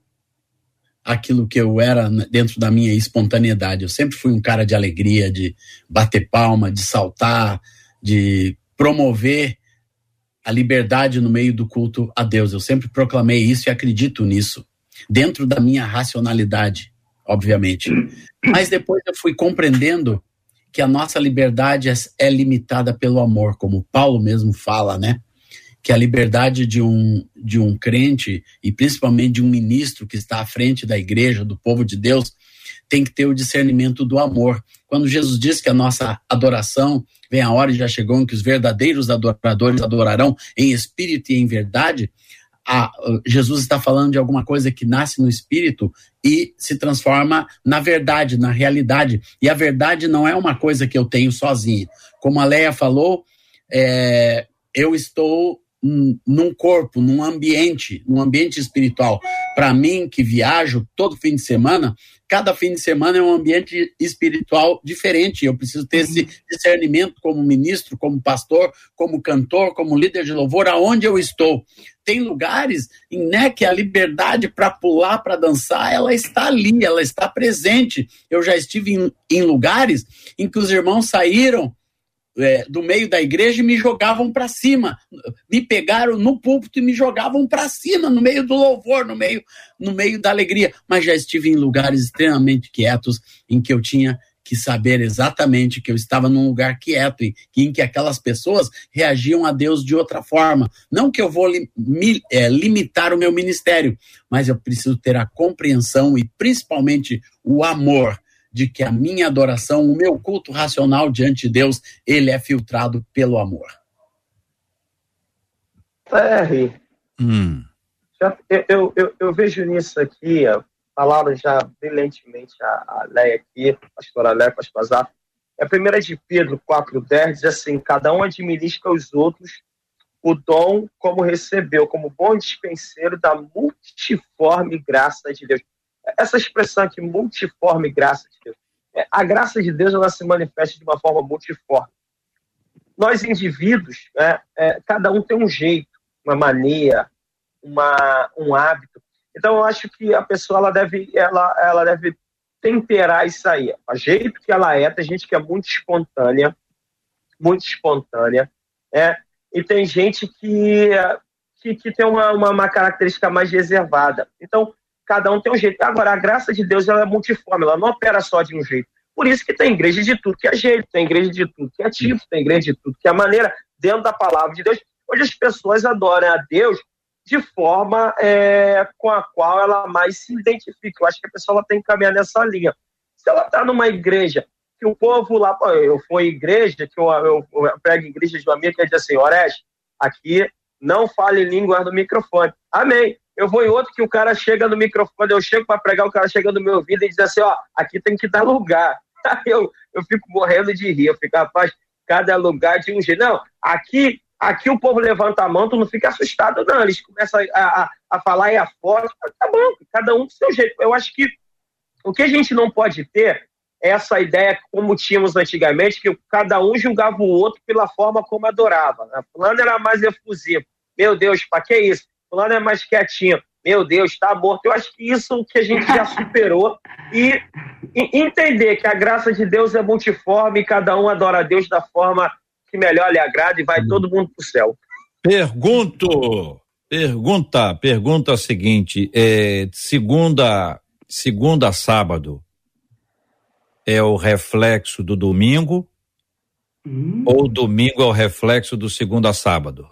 aquilo que eu era dentro da minha espontaneidade. Eu sempre fui um cara de alegria, de bater palma, de saltar, de promover a liberdade no meio do culto a Deus. Eu sempre proclamei isso e acredito nisso, dentro da minha racionalidade, obviamente. Mas depois eu fui compreendendo que a nossa liberdade é, é limitada pelo amor, como Paulo mesmo fala, né? Que a liberdade de um, de um crente, e principalmente de um ministro que está à frente da igreja, do povo de Deus, tem que ter o discernimento do amor. Quando Jesus diz que a nossa adoração, vem a hora e já chegou em que os verdadeiros adoradores adorarão em espírito e em verdade, a, Jesus está falando de alguma coisa que nasce no espírito e se transforma na verdade, na realidade. E a verdade não é uma coisa que eu tenho sozinho. Como a Leia falou, é, eu estou num corpo, num ambiente, num ambiente espiritual. Para mim, que viajo todo fim de semana, cada fim de semana é um ambiente espiritual diferente. Eu preciso ter esse discernimento como ministro, como pastor, como cantor, como líder de louvor, aonde eu estou. Tem lugares em né, que a liberdade para pular, para dançar, ela está ali, ela está presente. Eu já estive em, em lugares em que os irmãos saíram É, do meio da igreja e me jogavam para cima, me pegaram no púlpito e me jogavam para cima, no meio do louvor, no meio, no meio da alegria, mas já estive em lugares extremamente quietos, em que eu tinha que saber exatamente que eu estava num lugar quieto e em que aquelas pessoas reagiam a Deus de outra forma. Não que eu vou li, mi, é, limitar o meu ministério, mas eu preciso ter a compreensão e principalmente o amor de que a minha adoração, o meu culto racional diante de Deus, ele é filtrado pelo amor. R, hum. já, eu, eu, eu vejo nisso aqui, falaram já brilhantemente a, a Leia aqui, a pastora Leia, a pastor Azar. A primeira de Pedro quatro, dez diz assim: cada um administra aos outros o dom como recebeu, como bom dispenseiro da multiforme graça de Deus. Essa expressão aqui, multiforme graça de Deus, a graça de Deus ela se manifesta de uma forma multiforme. Nós indivíduos, né, é, cada um tem um jeito, uma mania, uma, um hábito. Então eu acho que a pessoa ela deve, ela, ela deve temperar isso aí. O jeito que ela é, tem gente que é muito espontânea, muito espontânea, é, e tem gente que, que, que tem uma, uma, uma característica mais reservada. Então, cada um tem um jeito. Agora, a graça de Deus ela é multiforme, ela não opera só de um jeito. Por isso que tem igreja de tudo que é jeito, tem igreja de tudo que é tipo, tem igreja de tudo que é maneira, dentro da palavra de Deus. Hoje as pessoas adoram a Deus de forma é, com a qual ela mais se identifica. Eu acho que a pessoa ela tem que caminhar nessa linha. Se ela está numa igreja, que o povo lá, eu fui igreja, que eu, eu, eu pego igreja de uma amiga que diz assim: Oreste, aqui não fale línguas no microfone. Amém. Eu vou em outro que o cara chega no microfone, eu chego para pregar, o cara chega no meu ouvido e diz assim: ó, aqui tem que dar lugar. Eu, eu fico morrendo de rir, eu fico, rapaz, cada lugar de um jeito. Não, aqui, aqui o povo levanta a mão, tu não fica assustado, não. Eles começam a, a, a falar e a fora, tá bom, cada um do seu jeito. Eu acho que o que a gente não pode ter é essa ideia, como tínhamos antigamente, que cada um julgava o outro pela forma como adorava. Né? Fulano era mais efusivo. Meu Deus, para que isso? Fulano é mais quietinho. Meu Deus, está morto. Eu acho que isso que a gente já superou. E, e entender que a graça de Deus é multiforme e cada um adora a Deus da forma que melhor lhe agrada e vai todo mundo pro céu. Pergunto, pergunta, pergunta a seguinte, é, segunda, segunda a sábado é o reflexo do domingo hum. ou domingo é o reflexo do segunda a sábado?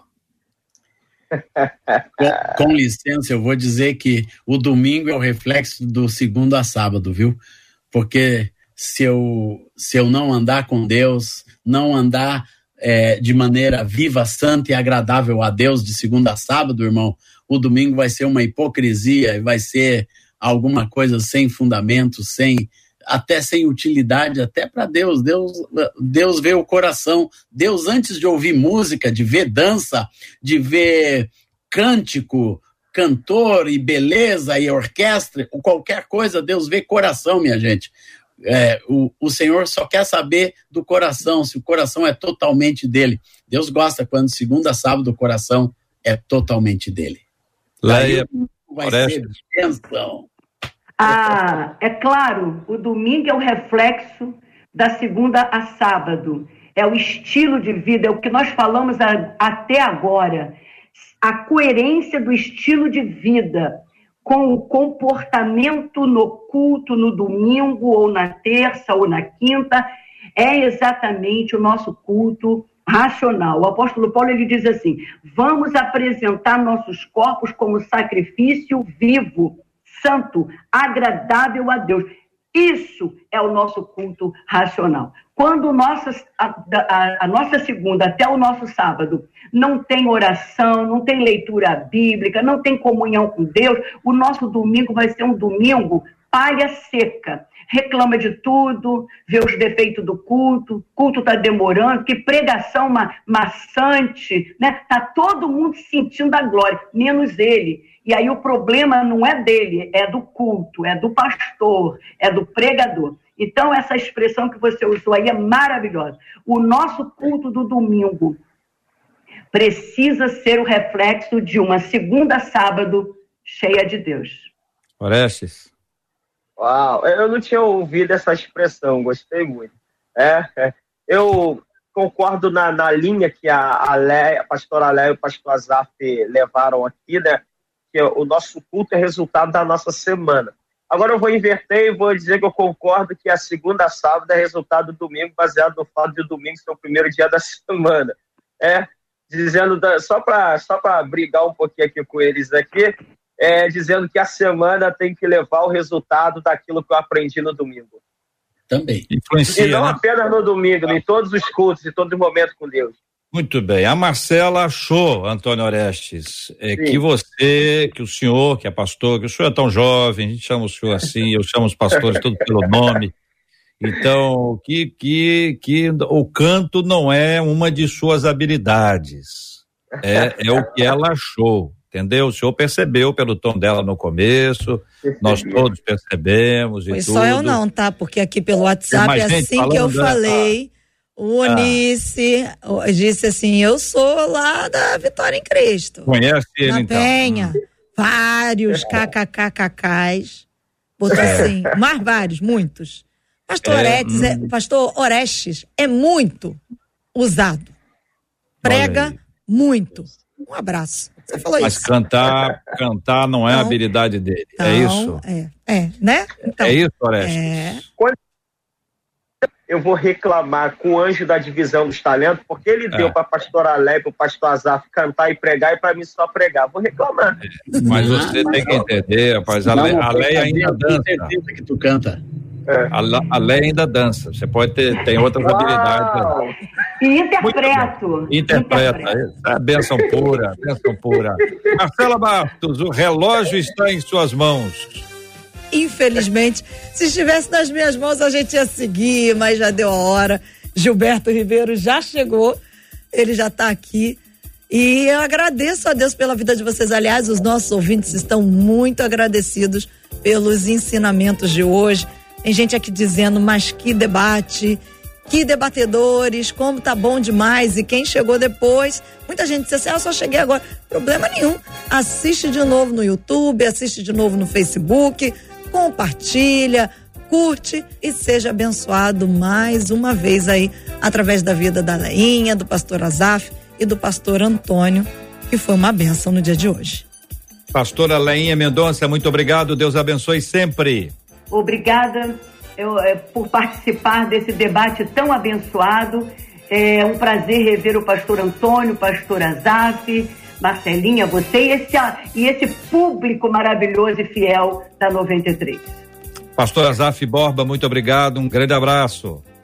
Com, com licença, eu vou dizer que o domingo é o reflexo do segundo a sábado, viu? Porque se eu, se eu não andar com Deus, não andar é, de maneira viva, santa e agradável a Deus de segunda a sábado, irmão, o domingo vai ser uma hipocrisia, vai ser alguma coisa sem fundamento, sem, até sem utilidade, até para Deus. Deus. Deus vê o coração. Deus, antes de ouvir música, de ver dança, de ver cântico, cantor e beleza e orquestra, ou qualquer coisa, Deus vê coração, minha gente. É, o, o Senhor só quer saber do coração, se o coração é totalmente dele. Deus gosta quando segunda a sábado o coração é totalmente dele. Leia, vai ser bênção. Ah, é claro, o domingo é o reflexo da segunda a sábado. É o estilo de vida, é o que nós falamos a, até agora. A coerência do estilo de vida com o comportamento no culto no domingo, ou na terça, ou na quinta, é exatamente o nosso culto racional. O apóstolo Paulo, ele diz assim: vamos apresentar nossos corpos como sacrifício vivo, santo, agradável a Deus. Isso é o nosso culto racional. Quando nossa, a, a, a nossa segunda até o nosso sábado não tem oração, não tem leitura bíblica, não tem comunhão com Deus, o nosso domingo vai ser um domingo palha seca. Reclama de tudo, vê os defeitos do culto, culto está demorando, que pregação ma- maçante, né? Está todo mundo sentindo a glória, menos ele. E aí o problema não é dele, é do culto, é do pastor, é do pregador. Então essa expressão que você usou aí é maravilhosa. O nosso culto do domingo precisa ser o reflexo de uma segunda a sábado cheia de Deus. Orestes. Uau, eu não tinha ouvido essa expressão, gostei muito. É, é. Eu concordo na, na linha que a, a, Leia, a pastora Leia e o pastor Azaf levaram aqui, né? Que o nosso culto é resultado da nossa semana. Agora eu vou inverter e vou dizer que eu concordo que a segunda a sábado é resultado do domingo, baseado no fato de o domingo ser o primeiro dia da semana. É, dizendo, da, só para só para brigar um pouquinho aqui com eles aqui, É, dizendo que a semana tem que levar o resultado daquilo que eu aprendi no domingo. Também. Influencia, e não né? apenas no domingo, em todos os cultos, em todos os momentos com Deus. Muito bem. A Marcela achou, Antônio Orestes, é, que você, que o senhor, que é pastor, que o senhor é tão jovem, a gente chama o senhor assim, eu chamo os pastores todos pelo nome. Então, que, que, que o canto não é uma de suas habilidades. É, é o que ela achou. Entendeu? O senhor percebeu pelo tom dela no começo, nós todos percebemos e Foi tudo. só eu não, tá? Porque aqui pelo WhatsApp, assim que eu falei, o Onice ah. disse assim, eu sou lá da Vitória em Cristo. Conhece ele, na então? Penha, hum. vários kkkkk's, botou é. assim, mas vários, muitos. Pastor, é, Orestes, hum. é, Pastor Orestes é muito usado, prega muito. Um abraço. Você falou Mas isso. cantar, cantar não é a habilidade dele. Então, é isso? É, é, né? Então, é isso, Orestes? É. Quando eu vou reclamar com o anjo da divisão dos talentos, porque ele é. deu para a pastora Léia, para o pastor Azaf cantar e pregar, e para mim só pregar. Vou reclamar. É. Mas você tem que entender, rapaz, a Léia ainda dança. Tenho certeza que tu canta. É. A Léia ainda dança. Você pode ter, tem outras Uau. habilidades. E interpreto. Interpreta. É bênção pura, bênção pura. Marcela Bastos, o relógio está em suas mãos. Infelizmente, se estivesse nas minhas mãos, a gente ia seguir, mas já deu a hora. Gilberto Ribeiro já chegou, ele já está aqui. E eu agradeço a Deus pela vida de vocês. Aliás, os nossos ouvintes estão muito agradecidos pelos ensinamentos de hoje. Tem gente aqui dizendo, mas que debate, que debatedores, como tá bom demais. E quem chegou depois, muita gente disse assim, ah, eu só cheguei agora. Problema nenhum. Assiste de novo no YouTube, assiste de novo no Facebook, compartilha, curte e seja abençoado mais uma vez aí, através da vida da Leinha, do pastor Azaf e do pastor Antônio, que foi uma bênção no dia de hoje. Pastora Leinha Mendonça, muito obrigado, Deus abençoe sempre. Obrigada eu, é, por participar desse debate tão abençoado. É um prazer rever o pastor Antônio, o pastor Azaf, Marcelinha, você e esse, e esse público maravilhoso e fiel da noventa e três. Pastor Azaf Borba, muito obrigado, um grande abraço.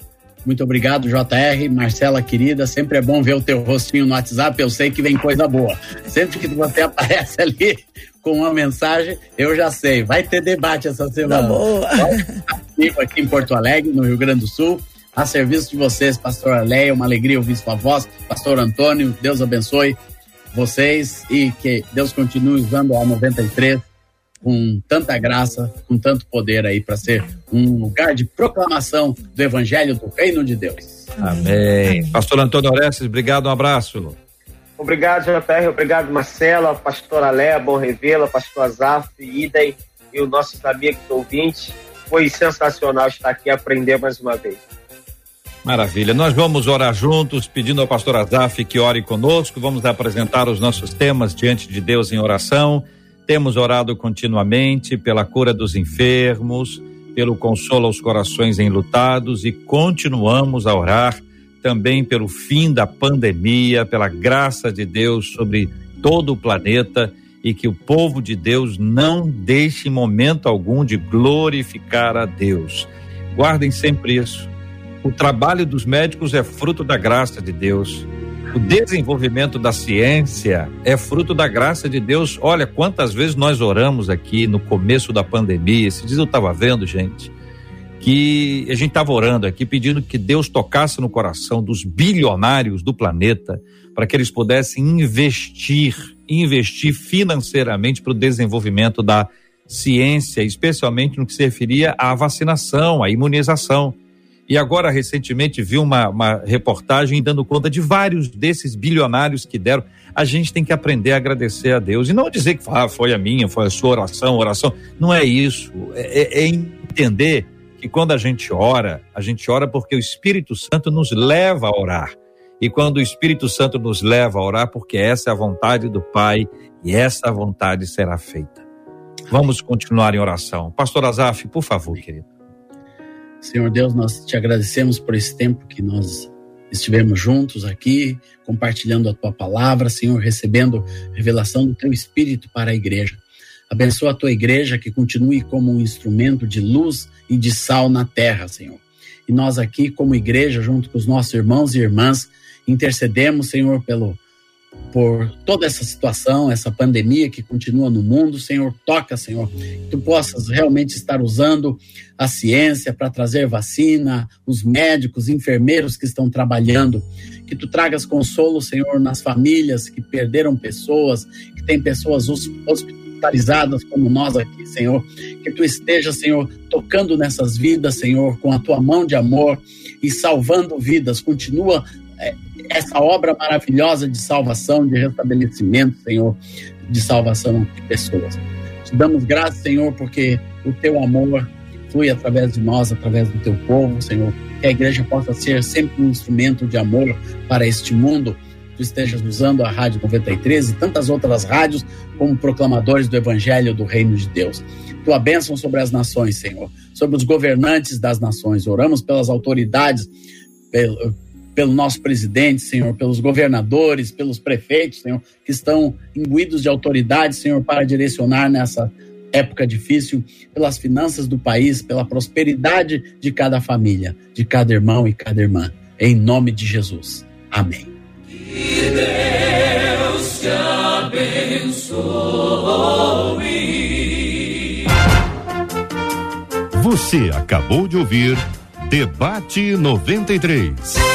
Muito obrigado, J R. Marcela, querida, sempre é bom ver o teu rostinho no WhatsApp, eu sei que vem coisa boa. Sempre que você aparece ali com uma mensagem, eu já sei, vai ter debate essa semana. Tá boa. Aqui em Porto Alegre, no Rio Grande do Sul, a serviço de vocês, pastora Leia, uma alegria ouvir sua voz. Pastor Antônio, Deus abençoe vocês e que Deus continue usando a noventa e três com tanta graça, com tanto poder aí para ser um lugar de proclamação do Evangelho do Reino de Deus. Amém. Amém. Pastor Antônio Orestes, obrigado, um abraço. Obrigado, J R, obrigado, Marcela, pastora Léa, Bom Revela, pastor Azaf, Idem e os nossos amigos ouvintes. Foi sensacional estar aqui e aprender mais uma vez. Maravilha, nós vamos orar juntos, pedindo ao pastor Azaf que ore conosco, vamos apresentar os nossos temas diante de Deus em oração. Temos orado continuamente pela cura dos enfermos, pelo consolo aos corações enlutados e continuamos a orar também pelo fim da pandemia, pela graça de Deus sobre todo o planeta e que o povo de Deus não deixe em momento algum de glorificar a Deus. Guardem sempre isso. O trabalho dos médicos é fruto da graça de Deus. O desenvolvimento da ciência é fruto da graça de Deus. Olha quantas vezes nós oramos aqui no começo da pandemia. Esses dias eu estava vendo, gente, que a gente estava orando aqui pedindo que Deus tocasse no coração dos bilionários do planeta para que eles pudessem investir, investir financeiramente para o desenvolvimento da ciência, especialmente no que se referia à vacinação, à imunização. E agora, recentemente, vi uma, uma reportagem dando conta de vários desses bilionários que deram. A gente tem que aprender a agradecer a Deus e não dizer que ah, foi a minha, foi a sua oração, oração. Não é isso. É, é entender que quando a gente ora, a gente ora porque o Espírito Santo nos leva a orar. E quando o Espírito Santo nos leva a orar, porque essa é a vontade do Pai e essa vontade será feita. Vamos continuar em oração. Pastor Azaf, por favor, querido. Senhor Deus, nós te agradecemos por esse tempo que nós estivemos juntos aqui, compartilhando a tua palavra, Senhor, recebendo revelação do teu Espírito para a igreja. Abençoa a tua igreja que continue como um instrumento de luz e de sal na terra, Senhor. E nós aqui, como igreja, junto com os nossos irmãos e irmãs, intercedemos, Senhor, pelo por toda essa situação, essa pandemia que continua no mundo. Senhor, toca, Senhor, que tu possas realmente estar usando a ciência para trazer vacina, os médicos, enfermeiros que estão trabalhando, que tu tragas consolo, Senhor, nas famílias que perderam pessoas, que tem pessoas hospitalizadas como nós aqui, Senhor, que tu esteja, Senhor, tocando nessas vidas, Senhor, com a tua mão de amor e salvando vidas. Continua é, essa obra maravilhosa de salvação, de restabelecimento, Senhor, de salvação de pessoas. Te damos graças, Senhor, porque o teu amor flui através de nós, através do teu povo, Senhor. Que a igreja possa ser sempre um instrumento de amor para este mundo. Tu estejas usando a Rádio noventa e três e tantas outras rádios como proclamadores do Evangelho do Reino de Deus. Tua bênção sobre as nações, Senhor, sobre os governantes das nações. Oramos pelas autoridades, pelo, pelo nosso presidente, Senhor, pelos governadores, pelos prefeitos, Senhor, que estão imbuídos de autoridade, Senhor, para direcionar nessa época difícil, pelas finanças do país, pela prosperidade de cada família, de cada irmão e cada irmã. Em nome de Jesus. Amém. Que Deus te abençoe. Você acabou de ouvir Debate noventa e três.